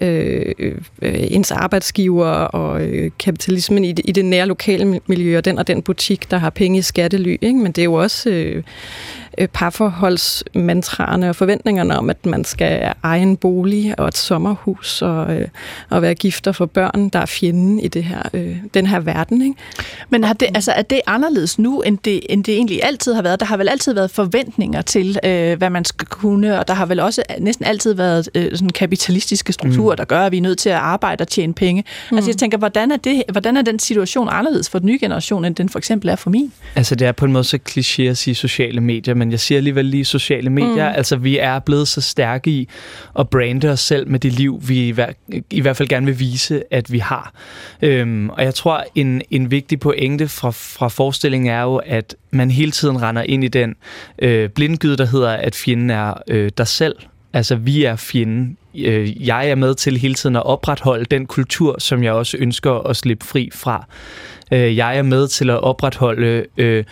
ens arbejdsgiver og kapitalismen i det nære lokale miljø og den butik, der har penge i skattely, ikke? Men det er jo også parforholdsmantraerne og forventningerne om, at man skal eje en bolig og et sommerhus og være gifter for børn, der er fjenden i det her, den her verden, ikke? Men er det anderledes nu, end det egentlig altid har været? Der har vel altid været forventninger til, hvad man skal kunne, og der har vel også næsten altid været sådan kapitalistiske strukturer, der gør, at vi er nødt til at arbejde og tjene penge. Altså jeg tænker, hvordan er den situation anderledes for den nye generation, end den for eksempel er for min? Altså det er på en måde så kliché at sige sociale medier, men jeg siger alligevel lige sociale medier. Altså vi er blevet så stærke i at brande os selv med det liv, vi i hvert fald gerne vil vise, at vi har. Og jeg tror, en vigtig pointe fra forestillingen er jo, at man hele tiden render ind i den blindgyde, der hedder, at fjenden er dig selv. Altså, vi er fjenden. Jeg er med til hele tiden at opretholde den kultur, som jeg også ønsker at slippe fri fra. Jeg er med til at opretholde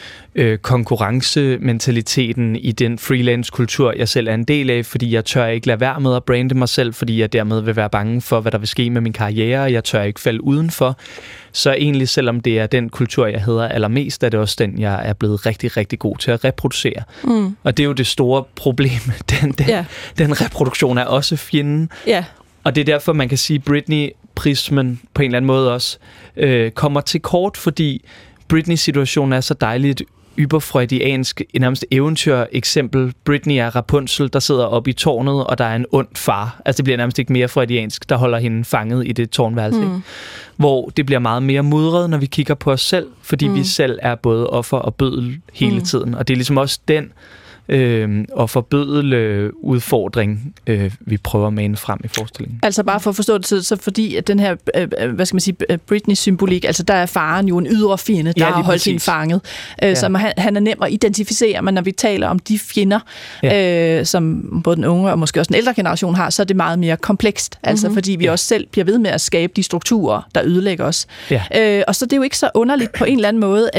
konkurrencementaliteten i den freelance-kultur, jeg selv er en del af, fordi jeg tør ikke lade være med at brande mig selv, fordi jeg dermed vil være bange for, hvad der vil ske med min karriere, jeg tør ikke falde udenfor. Så egentlig, selvom det er den kultur, jeg hedder allermest, er det også den, jeg er blevet rigtig, rigtig god til at reproducere. Og det er jo det store problem. Den reproduktion er også fjenden. Yeah. Og det er derfor, man kan sige, Britney-prismen på en eller anden måde også kommer til kort, fordi Britney-situationen er så dejligt yberfreudiansk, nærmest eventyr-eksempel. Britney er Rapunzel, der sidder oppe i tårnet, og der er en ond far. Altså det bliver nærmest ikke mere freudiansk, der holder hende fanget i det tårnværelse. Hvor det bliver meget mere mudret, når vi kigger på os selv, fordi vi selv er både offer og bøddel hele tiden. Og det er ligesom også den og forbødel udfordring, vi prøver at mane frem i forestillingen. Altså bare for at forstå det, så fordi at den her, hvad skal man sige, Britney-symbolik, altså der er faren jo en ydre fjende, der har holdt hende fanget. Så han er nem at identificere, men når vi taler om de fjender, som både den unge og måske også den ældre generation har, så er det meget mere komplekst. Altså fordi vi også selv bliver ved med at skabe de strukturer, der ødelægger os. Ja. Og så det er jo ikke så underligt på en eller anden måde,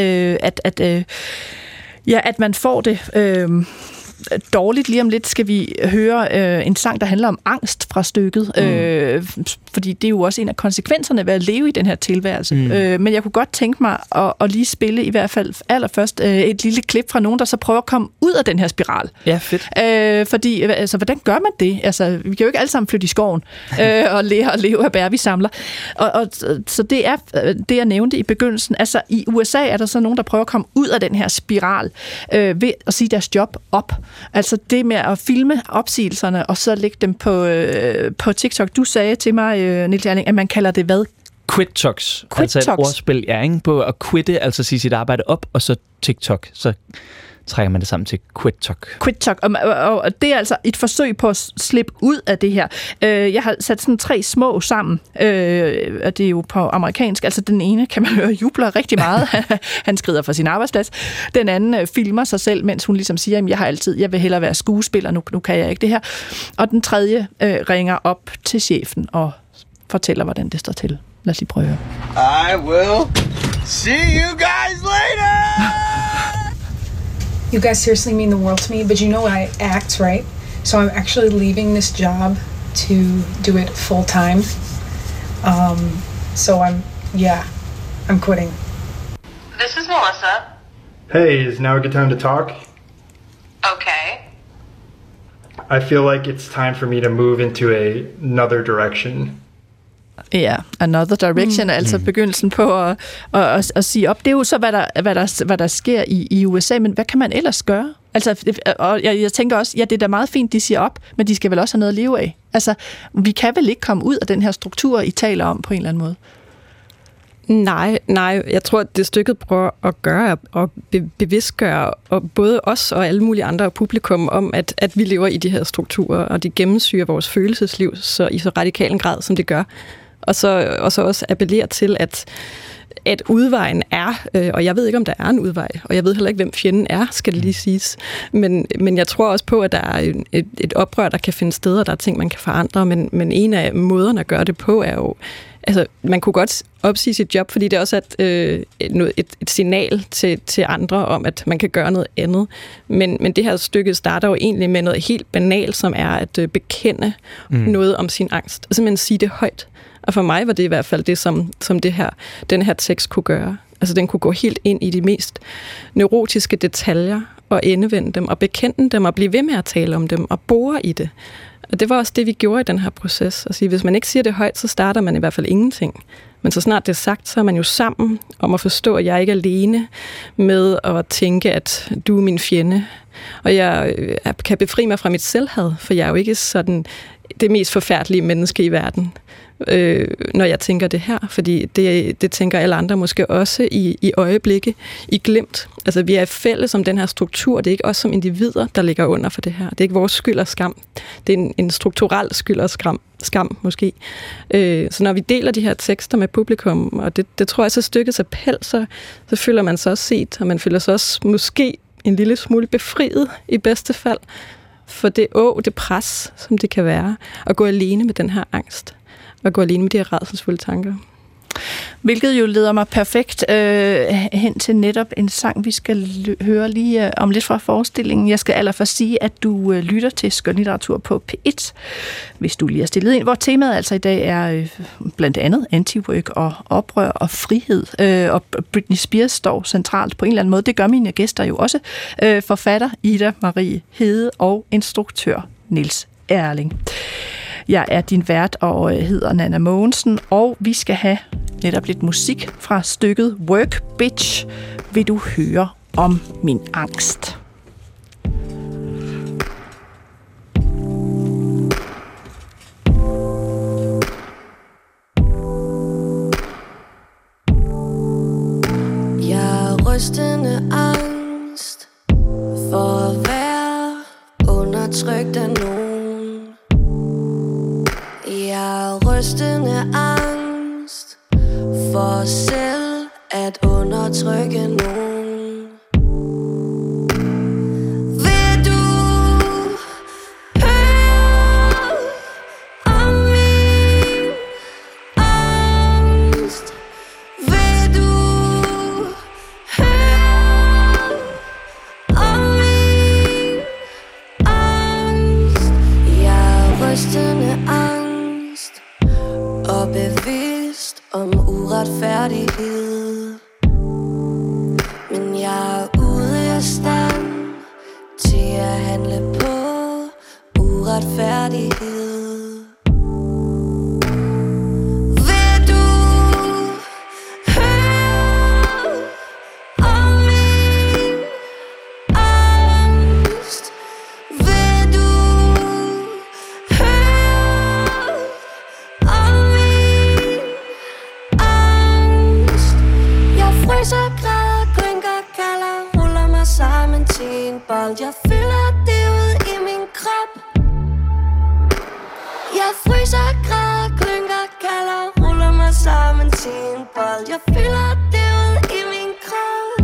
at man får det dårligt. Lige om lidt skal vi høre en sang, der handler om angst fra stykket, fordi det er jo også en af konsekvenserne ved at leve i den her tilværelse. Men jeg kunne godt tænke mig at lige spille i hvert fald allerførst et lille klip fra nogen, der så prøver at komme ud af den her spiral. Ja, fedt. Fordi, altså, hvordan gør man det? Altså, vi kan jo ikke alle sammen flytte i skoven og leve af bær, vi samler. Så det er det, jeg nævnte i begyndelsen. Altså, i USA er der så nogen, der prøver at komme ud af den her spiral ved at sige deres job op. Altså det med at filme opsigelserne, og så lægge dem på TikTok. Du sagde til mig, Niels Erling, at man kalder det hvad? Quit-tox. Altså et ordspil, på at quitte, altså sige sit arbejde op, og så TikTok. Så trækker man det sammen til quit-talk. Og det er altså et forsøg på at slippe ud af det her. Jeg har sat sådan 3 små sammen, og det er jo på amerikansk. Altså den ene, kan man høre, jubler rigtig meget. Han skrider fra sin arbejdsplads. Den anden filmer sig selv, mens hun ligesom siger, jeg vil hellere være skuespiller, nu kan jeg ikke det her. Og den tredje ringer op til chefen og fortæller, hvordan det står til. Lad os lige prøve. I will see you guys later! You guys seriously mean the world to me, but you know I act, right? So I'm actually leaving this job to do it full time. So I'm quitting. This is Melissa. Hey, is now a good time to talk? Okay. I feel like it's time for me to move into another direction. Ja, another direction, altså begyndelsen på at sige op. Det er jo så, hvad der sker i USA, men hvad kan man ellers gøre? Altså, og jeg tænker også, det er da meget fint, de siger op, men de skal vel også have noget at leve af. Altså, vi kan vel ikke komme ud af den her struktur, I taler om på en eller anden måde? Nej, jeg tror, at det stykket prøver at gøre og bevidstgøre og både os og alle mulige andre publikum om, at vi lever i de her strukturer, og de gennemsyrer vores følelsesliv så i så radikal en grad, som det gør. Og så også appellere til, at udvejen er, og jeg ved ikke, om der er en udvej, og jeg ved heller ikke, hvem fjenden er, skal det lige siges. Men jeg tror også på, at der er et oprør, der kan finde steder, der er ting, man kan forandre, men en af måderne at gøre det på er jo, altså man kunne godt opsige sit job, fordi det også er et signal til andre om, at man kan gøre noget andet. Men det her stykke starter jo egentlig med noget helt banalt, som er at bekende noget om sin angst, og simpelthen sige det højt. Og for mig var det i hvert fald det, som den her tekst kunne gøre. Altså den kunne gå helt ind i de mest neurotiske detaljer og endevende dem og bekende dem og blive ved med at tale om dem og bore i det. Og det var også det, vi gjorde i den her proces. At sige, hvis man ikke siger det højt, så starter man i hvert fald ingenting. Men så snart det er sagt, så er man jo sammen om at forstå, at jeg ikke er alene med at tænke, at du er min fjende. Og jeg kan befri mig fra mit selvhad, for jeg er jo ikke sådan det mest forfærdelige menneske i verden, når jeg tænker det her. Fordi det tænker alle andre måske også i øjeblikke, i glimt. Altså vi er fælles om den her struktur. Det er ikke os som individer, der ligger under for det her. Det er ikke vores skyld og skam. Det er en strukturel skyld og skam måske. Så når vi deler de her tekster med publikum, og det tror jeg så stykkets appel, så føler man sig også set, og man føler sig også måske en lille smule befriet i bedste fald for det pres, som det kan være, at gå alene med den her angst, og gå alene med de her rædselsfulde tanker. Hvilket jo leder mig perfekt hen til netop en sang, vi skal høre lige om lidt fra forestillingen. Jeg skal allerførst sige, at du lytter til skønlitteratur på P1, hvis du lige har stillet ind, hvor temaet altså i dag er blandt andet anti-work og oprør og frihed. Og Britney Spears står centralt på en eller anden måde. Det gør mine gæster jo også. Forfatter Ida Marie Hede og instruktør Niels Erling. Jeg er din vært og hedder Nanna Mogensen, og vi skal have netop lidt musik fra stykket Work Bitch. Vil du høre om min angst? Jeg er rystende angst for at være undertrykt af nogen. Jeg er rystende angst for selv at undertrykke nogen. Vil du høre om min angst? Vil du høre om min angst? Jeg er rystende angst og bevidst om uretfærdighed. Men jeg er ude af stand til at handle på uretfærdighed. Vil du høre om min angst? Vil du høre om min angst? Jeg fryser, græder, klynker, kalder, ruller mig sammen til en bold. Jeg fylder det ud i min krop. Jeg fryser, græder, klynker, kalder, ruller mig sammen til en bold. Jeg fylder det ud i min krop.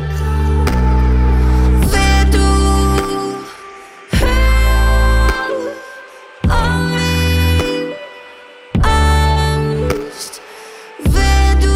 Vil du høre om min angst? Vil du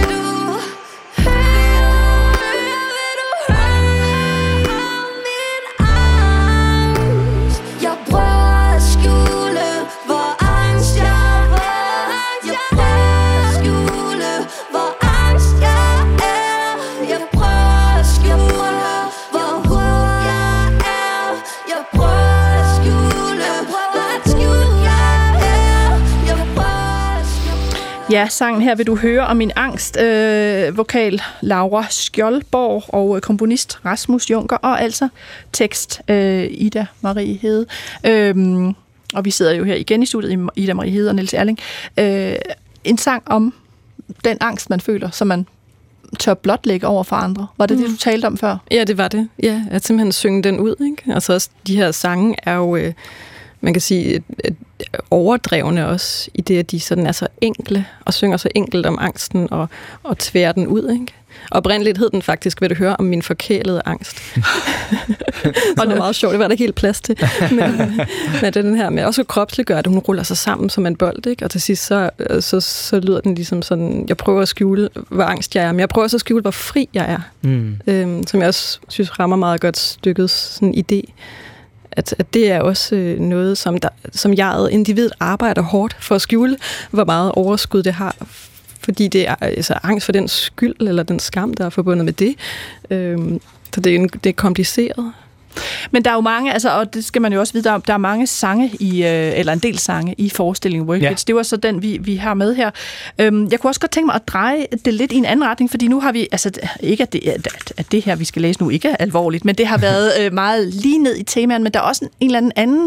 jeg prøver at skjule, hvor angst jeg er. Jeg prøver at skjule, hvor angst jeg er. Jeg prøver at skjule, hvor hård jeg er. Jeg prøver at skjule, hvor jeg er. Jeg prøver at skjule. Ja, sangen her vil du høre om min angst. Vokal Laura Skjoldborg og komponist Rasmus Junker, og altså tekst Ida Marie Hede. Og vi sidder jo her igen i studiet, Ida Marie Hede og Niels Erling. En sang om den angst, man føler, som man tør blotlægge over for andre. Var det det, du talte om før? Ja, det var det. Ja, at simpelthen synge den ud, ikke? Altså også de her sange er jo, man kan sige, overdrevne også, i det, at de sådan er så enkle, og synger så enkelt om angsten, og tværer den ud, ikke? Oprindeligt hed den faktisk, vil du høre om min forkælede angst. Og det var meget sjovt, det var der ikke helt plads til. Men den her med også at kropsliggøre, at hun ruller sig sammen som en bold, ikke? Og til sidst så lyder den ligesom sådan, jeg prøver at skjule, hvor angst jeg er, men jeg prøver også at skjule, hvor fri jeg er. Som jeg også synes rammer meget godt stykket sådan idé. At det er også noget, som jeg, individet, arbejder hårdt for at skjule, hvor meget overskud det har. Fordi det er altså angst for den skyld, eller den skam, der er forbundet med det. Så det er kompliceret. Men der er jo mange, altså, og det skal man jo også vide, der er mange sange eller en del sange i forestillingen Work Bitch. Det var så den, vi har med her. Jeg kunne også godt tænke mig at dreje det lidt i en anden retning, fordi nu har vi, altså ikke at det her, vi skal læse nu, ikke er alvorligt, men det har været meget lige ned i temaen, men der er også en eller anden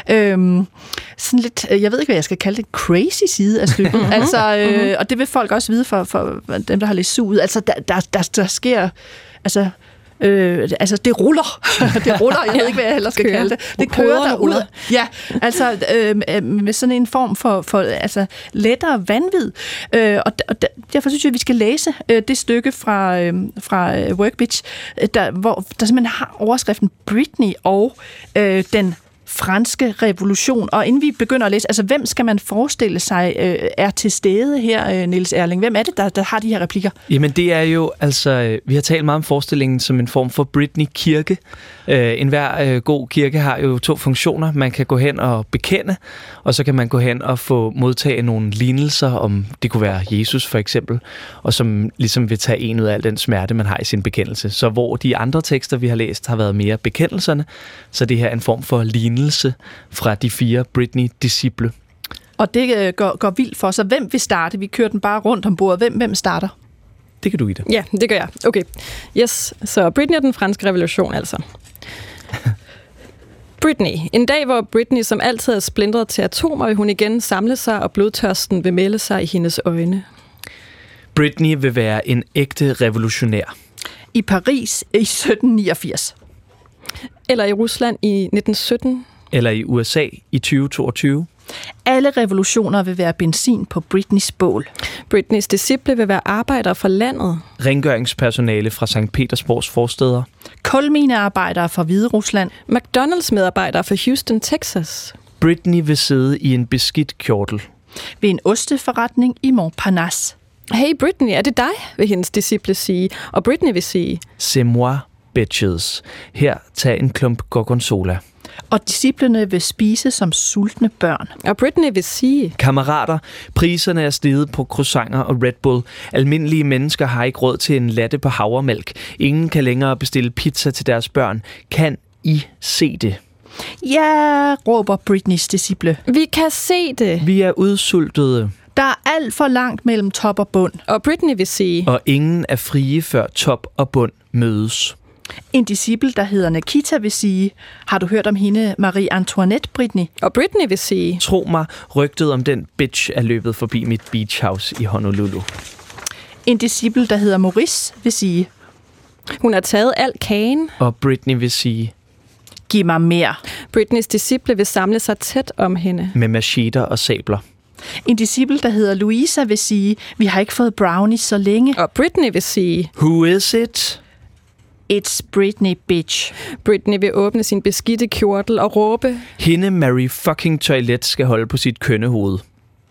sådan lidt, jeg ved ikke, hvad jeg skal kalde det, crazy side af stykket. Og det vil folk også vide for dem, der har læst suget. Altså, der sker, altså det ruller. Det ruller, jeg ved ikke, hvad jeg heller skal kalde det. Det kører derud. Ja, altså med sådan en form for lettere vanvid. Og derfor synes jeg, at vi skal læse det stykke fra Work Bitch, hvor der simpelthen har overskriften Britney og den franske revolution. Og inden vi begynder at læse, altså hvem skal man forestille sig er til stede her, Niels Erling? Hvem er det, der har de her replikker? Jamen det er jo, altså, vi har talt meget om forestillingen som en form for Britney-kirke. Enhver god kirke har jo 2 funktioner. Man kan gå hen og bekende, og så kan man gå hen og få modtage nogle lignelser, om det kunne være Jesus for eksempel, og som ligesom vil tage en ud af al den smerte, man har i sin bekendelse. Så hvor de andre tekster, vi har læst, har været mere bekendelserne, så det her er en form for lignelse fra de 4 Britney-disciple. Og det går vildt for sig. Hvem vil starte? Vi kører den bare rundt om bordet. Hvem starter? Det kan du, Ida. Ja, det gør jeg. Okay. Yes, så Britney og den franske revolution altså. Britney. En dag, hvor Britney som altid er splintret til atomer, vil hun igen samle sig, og blodtørsten vil melde sig i hendes øjne. Britney vil være en ægte revolutionær. I Paris i 1789. Eller i Rusland i 1917. Eller i USA i 2022. Alle revolutioner vil være benzin på Britneys bål. Britneys disciple vil være arbejdere fra landet. Rengøringspersonale fra St. Petersborgs forstæder. Kulminearbejdere fra Hvide Rusland. McDonald's-medarbejdere fra Houston, Texas. Britney vil sidde i en beskidt kjortel. Ved en osteforretning i Montparnasse. Hey Britney, er det dig, vil hendes disciple sige. Og Britney vil sige... C'est moi, bitches. Her, tag en klump gorgonzola. Og disciplene vil spise som sultne børn. Og Britney vil sige... Kammerater, priserne er steget på croissanter og Red Bull. Almindelige mennesker har ikke råd til en latte på havremælk. Ingen kan længere bestille pizza til deres børn. Kan I se det? Ja, råber Britneys disciple. Vi kan se det. Vi er udsultede. Der er alt for langt mellem top og bund. Og Britney vil sige... Og ingen er frie, før top og bund mødes. En disciple, der hedder Nikita, vil sige, har du hørt om hende, Marie Antoinette, Britney? Og Britney vil sige... Tro mig, rygtet om den bitch er løbet forbi mit beach house i Honolulu. En disciple, der hedder Maurice, vil sige... Hun har taget al kagen. Og Britney vil sige... Giv mig mere. Britneys disciple vil samle sig tæt om hende. Med macheter og sabler. En disciple, der hedder Louisa, vil sige, vi har ikke fået brownies så længe. Og Britney vil sige... Who is it? It's Britney, bitch. Britney vil åbne sin beskidte kjortel og råbe... Hende Mary fucking Toilet skal holde på sit kønnehoved.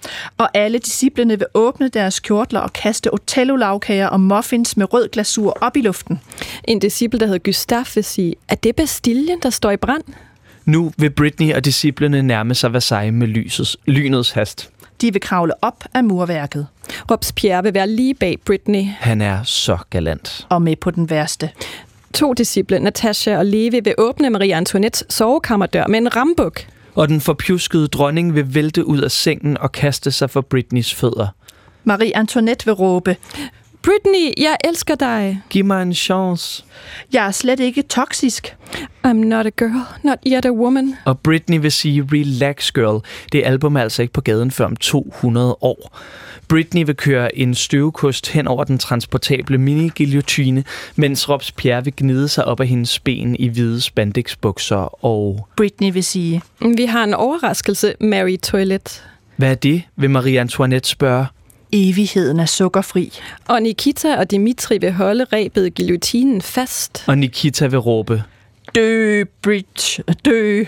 Og alle disciplene vil åbne deres kjortler og kaste Otello-lavkager og muffins med rød glasur op i luften. En disciple, der hedder Gustav, vil sige, er det Bastillen, der står i brand? Nu vil Britney og disciplene nærme sig Versailles med lynets hast. De vil kravle op af murværket. Robespierre vil være lige bag Britney. Han er så galant. Og med på den værste. 2 disciple, Natasha og Levi, vil åbne Marie Antoinettes sovekammerdør med en rambuk. Og den forpjuskede dronning vil vælte ud af sengen og kaste sig for Britneys fødder. Marie Antoinette vil råbe, Britney, jeg elsker dig. Giv mig en chance. Jeg er slet ikke toksisk. I'm not a girl, not yet a woman. Og Britney vil sige, relax girl. Det album er altså ikke på gaden før om 200 år. Britney vil køre en støvkost hen over den transportable mini-guillotine, mens Robespierre vil gnide sig op af hendes ben i hvide spandexbukser og... Britney vil sige, vi har en overraskelse, Mary Toilet. Hvad er det, vil Marie Antoinette spørge. Evigheden er sukkerfri. Og Nikita og Dimitri vil holde rebet guillotinen fast. Og Nikita vil råbe, dø, bitch, dø.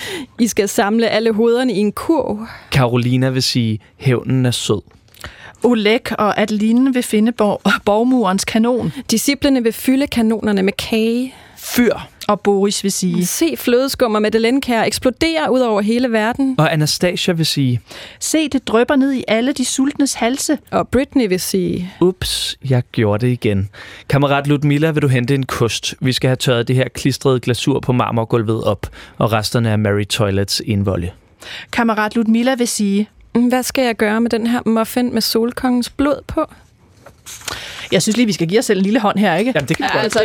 I skal samle alle hovederne i en kurv. Carolina vil sige, hævnen er sød. Oleg og Adeline vil finde borgmurens kanon. Disciplene vil fylde kanonerne med kage. Fyr. Og Boris vil sige, se flødeskum og madeleinekager eksplodere ud over hele verden. Og Anastasia vil sige, se det drypper ned i alle de sultnes halse. Og Britney vil sige, ups, jeg gjorde det igen. Kammerat Ludmilla, vil du hente en kost? Vi skal have tørret det her klistrede glasur på marmorgulvet op, og resterne af Mary Toilets indvolde. Kammerat Ludmilla vil sige, hvad skal jeg gøre med den her muffin med solkongens blod på? Jeg synes lige, vi skal give os selv en lille hånd her, ikke? Jamen, det kan vi altså,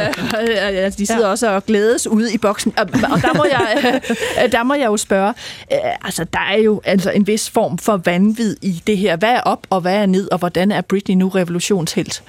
de sidder også og glædes ude i boksen. Og der må jeg jo spørge, altså, der er jo altså en vis form for vanvid i det her. Hvad er op, og hvad er ned, og hvordan er Britney nu revolutionshelt?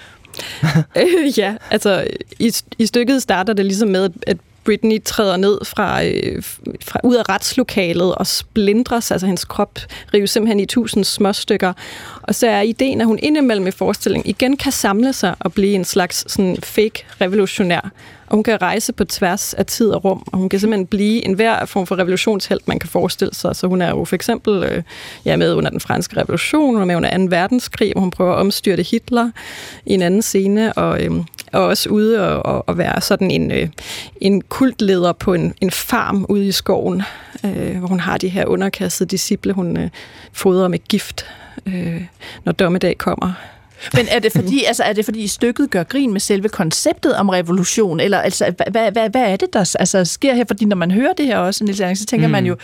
Ja, altså, i stykket starter det ligesom med, at Britney træder ned fra ud af retslokalet og splindres, altså hendes krop rives simpelthen i 1000 små stykker. Og så er ideen, at hun indimellem i forestillingen igen kan samle sig og blive en slags sådan fake revolutionær. Og hun kan rejse på tværs af tid og rum, og hun kan simpelthen blive enhver form for revolutionshelt, man kan forestille sig. Så hun er jo for eksempel med under den franske revolution, hun er med under 2. verdenskrig, hvor hun prøver at omstyrte Hitler i en anden scene, og også ude og være sådan en kultleder på en farm ude i skoven, hvor hun har de her underkastede disciple, hun fodrer med gift, når dommedag kommer. Men er det fordi stykket gør grin med selve konceptet om revolution, eller altså hvad er det der sker her? Fordi når man hører det her også, Niels Erling, så tænker man jo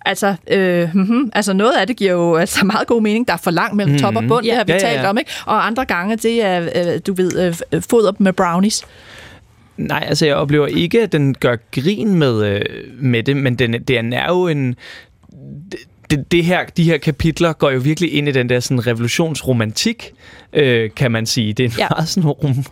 altså noget af det giver jo altså meget god mening. Der er for langt mellem top og bund, det har vi talt om, ikke? Og andre gange det er foder med brownies. Nej, altså jeg oplever ikke, at den gør grin med det, men det er jo de her kapitler går jo virkelig ind i den der sådan revolutionsromantik, kan man sige. Det er meget sådan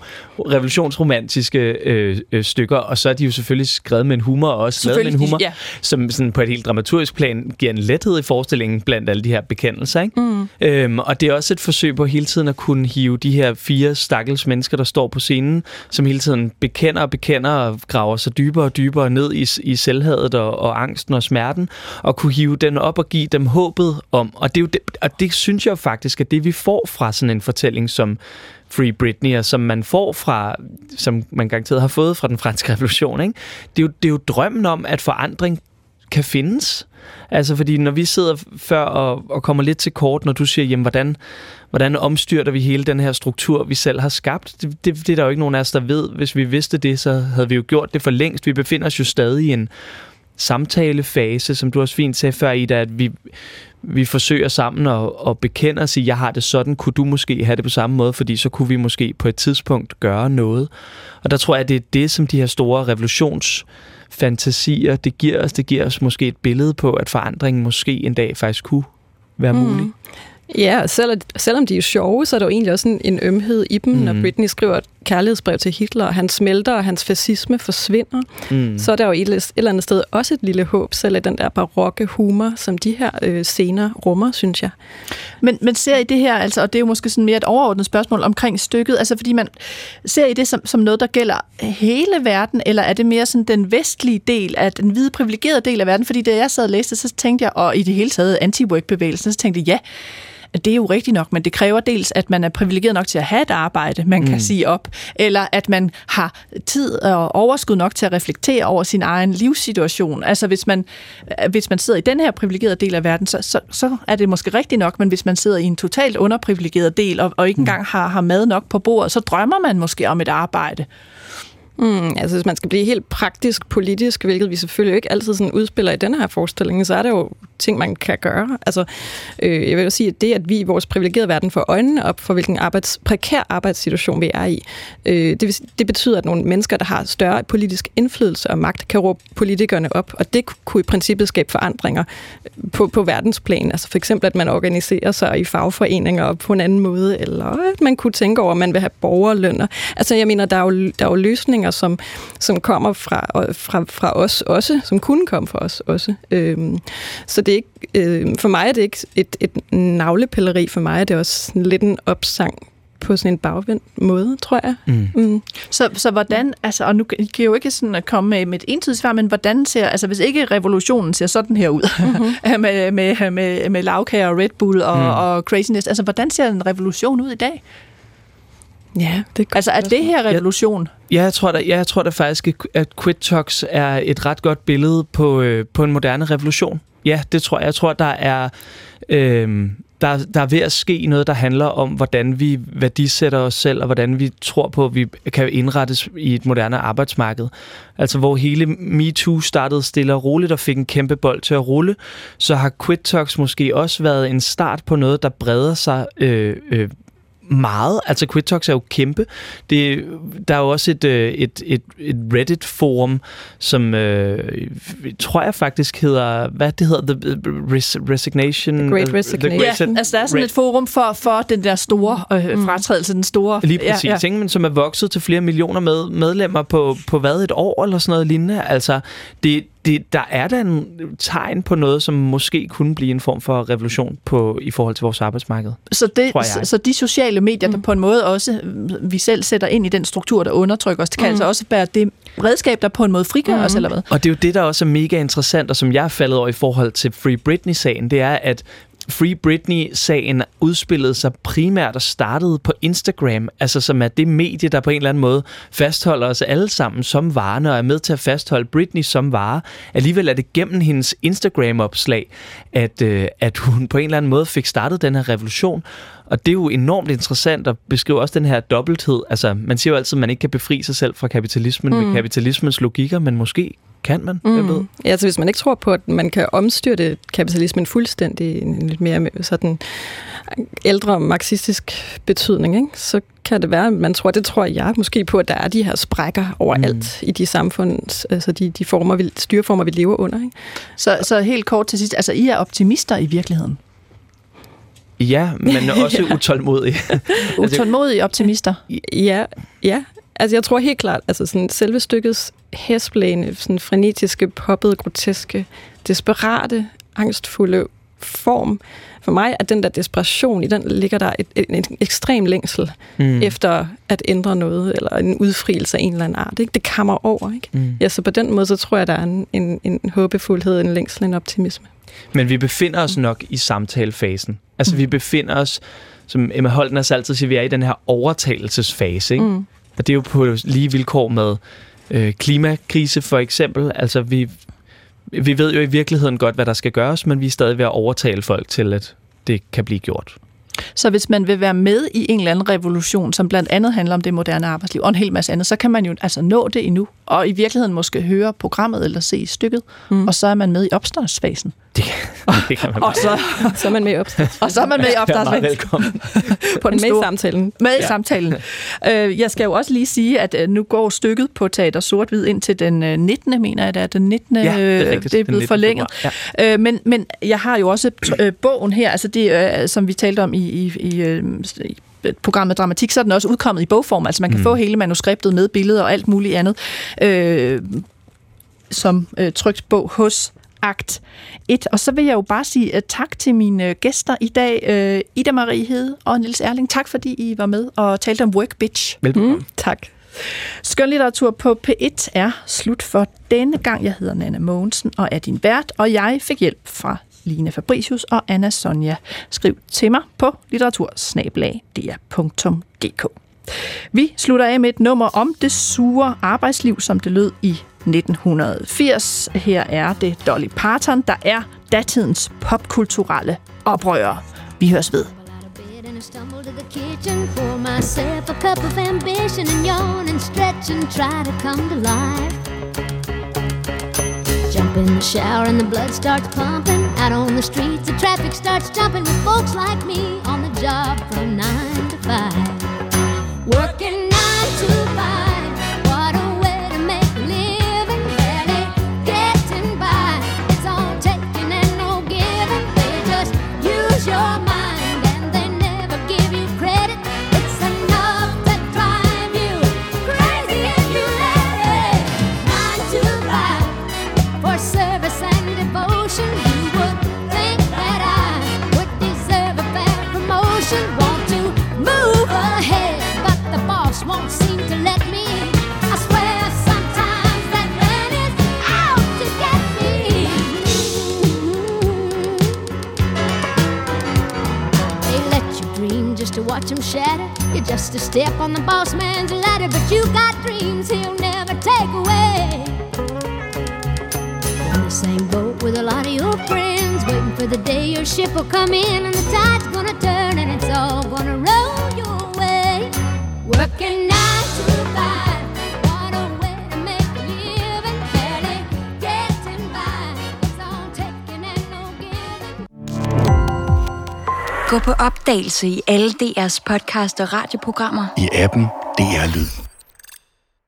revolutionsromantiske stykker, og så er de jo selvfølgelig skrevet med en humor, og også lavet med en humor, som sådan på et helt dramaturgisk plan giver en lethed i forestillingen blandt alle de her bekendelser. Ikke? Og det er også et forsøg på hele tiden at kunne hive de her 4 stakkels mennesker, der står på scenen, som hele tiden bekender og graver sig dybere og dybere ned i selvhadet og angsten og smerten, og kunne hive den op og give dem håbet om. Og det er jo det synes jeg faktisk, at det vi får fra sådan en fortælling som Free Britney, og som man får fra, som man garanteret har fået fra den franske revolution, ikke? Det er jo drømmen om, at forandring kan findes. Altså, fordi når vi sidder før og kommer lidt til kort, når du siger, jamen, hvordan omstyrter vi hele den her struktur, vi selv har skabt? Det er der jo ikke nogen af os, der ved. Hvis vi vidste det, så havde vi jo gjort det for længst. Vi befinder os jo stadig i en samtalefase, som du også fint sagde før, Ida, at vi forsøger sammen at bekende og sige, jeg har det sådan, kunne du måske have det på samme måde, fordi så kunne vi måske på et tidspunkt gøre noget. Og der tror jeg, det er det, som de her store revolutionsfantasier, det giver os måske et billede på, at forandringen måske en dag faktisk kunne være mulig. Ja, selvom de er sjove, så er der jo egentlig også en ømhed i dem, når Britney skriver et kærlighedsbrev til Hitler, og han smelter, og hans fascisme forsvinder. Så er der jo et eller andet sted også et lille håb, selv i den der barokke humor, som de her scener rummer, synes jeg. Men ser I det her, altså, og det er jo måske sådan mere et overordnet spørgsmål omkring stykket, altså fordi man ser I det som noget, der gælder hele verden, eller er det mere sådan den vestlige del, af den hvide privilegerede del af verden? Fordi da jeg sad og læste, så tænkte jeg, og i det hele taget anti-work-bevægelsen, så tænkte jeg, det er jo rigtigt nok, men det kræver dels, at man er privilegeret nok til at have et arbejde, man kan sige op, eller at man har tid og overskud nok til at reflektere over sin egen livssituation. Altså hvis man sidder i den her privilegerede del af verden, så er det måske rigtigt nok, men hvis man sidder i en totalt underprivilegeret del, og ikke engang har mad nok på bordet, så drømmer man måske om et arbejde. Altså hvis man skal blive helt praktisk politisk, hvilket vi selvfølgelig ikke altid sådan udspiller i den her forestilling, så er der jo ting, man kan gøre. Altså, jeg vil jo sige, at det, at vi i vores privilegerede verden får øjnene op for, hvilken prekær arbejdssituation vi er i, det betyder, at nogle mennesker, der har større politisk indflydelse og magt, kan råbe politikerne op, og det kunne i princippet skabe forandringer på verdensplan. Altså for eksempel, at man organiserer sig i fagforeninger på en anden måde, eller at man kunne tænke over, at man vil have borgerlønner. Altså jeg mener, der er jo løsninger, som kommer fra os også, som kunne komme fra os også. Så det er ikke, for mig er det ikke et navlepilleri, for mig er det også lidt en opsang på sådan en bagvendt måde, tror jeg. Så hvordan, altså, og nu kan jeg jo ikke sådan at komme med et entydigt svar, men hvordan ser, altså hvis ikke revolutionen ser sådan her ud, med lavkager og Red Bull og craziness, altså hvordan ser en revolution ud i dag? Ja, altså er det her revolution? Ja, jeg tror da faktisk, at Quit Talks er et ret godt billede på en moderne revolution. Ja, det tror jeg. Jeg tror, der er ved at ske noget, der handler om, hvordan vi værdisætter os selv, og hvordan vi tror på, at vi kan indrettes i et moderne arbejdsmarked. Altså, hvor hele MeToo startede stille og roligt og fik en kæmpe bold til at rulle, så har Quit Talks måske også været en start på noget, der breder sig meget. Altså Quit Talks er jo kæmpe. Der er jo også et Reddit-forum, som tror jeg faktisk hedder, hvad det hedder? The Resignation. The Great Resignation. Ja, altså der er sådan et forum for den der store fratrædelse, den store... Lige præcis, ikke? Men som er vokset til flere millioner medlemmer på hvad, et år eller sådan noget lignende. Altså, der er da en tegn på noget, som måske kunne blive en form for revolution i forhold til vores arbejdsmarked. Så de sociale medier, der på en måde også vi selv sætter ind i den struktur, der undertrykker os, det kan altså også være det redskab, der på en måde frigør os, eller hvad? Og det er jo det, der også er mega interessant, og som jeg er faldet over i forhold til Free Britney-sagen, det er, at Free Britney-sagen udspillede sig primært og startede på Instagram, altså som er det medie, der på en eller anden måde fastholder os alle sammen som varerne og er med til at fastholde Britney som vare. Alligevel er det gennem hendes Instagram-opslag, at hun på en eller anden måde fik startet den her revolution. Og det er jo enormt interessant at beskrive også den her dobbelthed. Altså, man siger jo altid, at man ikke kan befri sig selv fra kapitalismen med kapitalismens logikker, men måske kan man? Jeg ved. Ja, altså hvis man ikke tror på, at man kan omstyrte kapitalismen fuldstændig, en lidt mere sådan ældre marxistisk betydning, ikke? Så kan det være, man tror, det tror jeg måske på, at der er de her sprækker overalt i de samfund, altså de styreformer, vi lever under. Ikke? Så helt kort til sidst, altså I er optimister i virkeligheden? Ja, men også utålmodige. Utålmodige optimister? Ja. Altså jeg tror helt klart, altså sådan selve stykkets hæsblæende, sådan frenetiske, poppede, groteske, desperate, angstfulde form. For mig er den der desperation, i den ligger der en ekstrem længsel efter at ændre noget, eller en udfrielse af en eller anden art. Ikke? Det kammer over. Ikke? Ja, så på den måde, så tror jeg, der er en håbefuldhed, en længsel, en optimisme. Men vi befinder os nok i samtalefasen. Altså vi befinder os, som Emma Holtner altid siger, vi er i den her overtagelsesfase. Ikke? Og det er jo på lige vilkår med klimakrise for eksempel. Altså vi ved jo i virkeligheden godt, hvad der skal gøres, men vi er stadig ved at overtale folk til, at det kan blive gjort. Så hvis man vil være med i en eller anden revolution, som blandt andet handler om det moderne arbejdsliv, og en hel masse andet, så kan man jo altså nå det endnu, og i virkeligheden måske høre programmet eller se stykket, og så er man med i opstartsfasen. Det kan man og så er man med i opstartsfasen. Og så er man med i opstartsfasen. Velkommen. På den med i samtalen. Med i samtalen. Jeg skal jo også lige sige, at nu går stykket på Teater Sort-Hvid ind til den 19. mener jeg, det er den 19. Ja, det er rigtigt. Det er blevet forlænget. Ja. Men jeg har jo også bogen her, altså det, som vi talte om i programmet Dramatik, så er den også udkommet i bogform, altså man kan få hele manuskriptet med billeder og alt muligt andet som trykt bog hos Akt 1. Og så vil jeg jo bare sige tak til mine gæster i dag, Ida Marie Hede og Niels Erling. Tak fordi I var med og talte om Work Bitch. Velkommen. Tak. Skønlitteratur på P1 er slut for denne gang. Jeg hedder Nanna Mogensen og er din vært, og jeg fik hjælp fra Line Fabricius og Anna Sonja. Skriv til mig på litteratur@dr.dk. Vi slutter af med et nummer om det sure arbejdsliv, som det lød i 1980. Her er det Dolly Parton, der er datidens popkulturelle oprører. Vi høres ved. And I stumble to the kitchen, pour myself a cup of ambition and yawn and stretch and try to come to life. Jump in the shower and the blood starts pumping. Out on the streets, the traffic starts jumping with folks like me on the job from 9 to 5. Working 9 to 5, what a way to make a living. Barely getting by, it's all taking and no giving. They just use your mind. Won't seem to let me. I swear sometimes that man is out to get me. They let you dream just to watch him shatter. You're just a step on the boss man's ladder, but you got dreams he'll never take away. You're in the same boat with a lot of your friends, waiting for the day your ship will come in and the tide's gonna turn and it's all gonna roll your way. Working 9 to 5, what a way to make a living. Barely getting by, it's all taking and no giving. Gå på opdagelse i alle DR's podcast og radioprogrammer. I appen DR Lyd.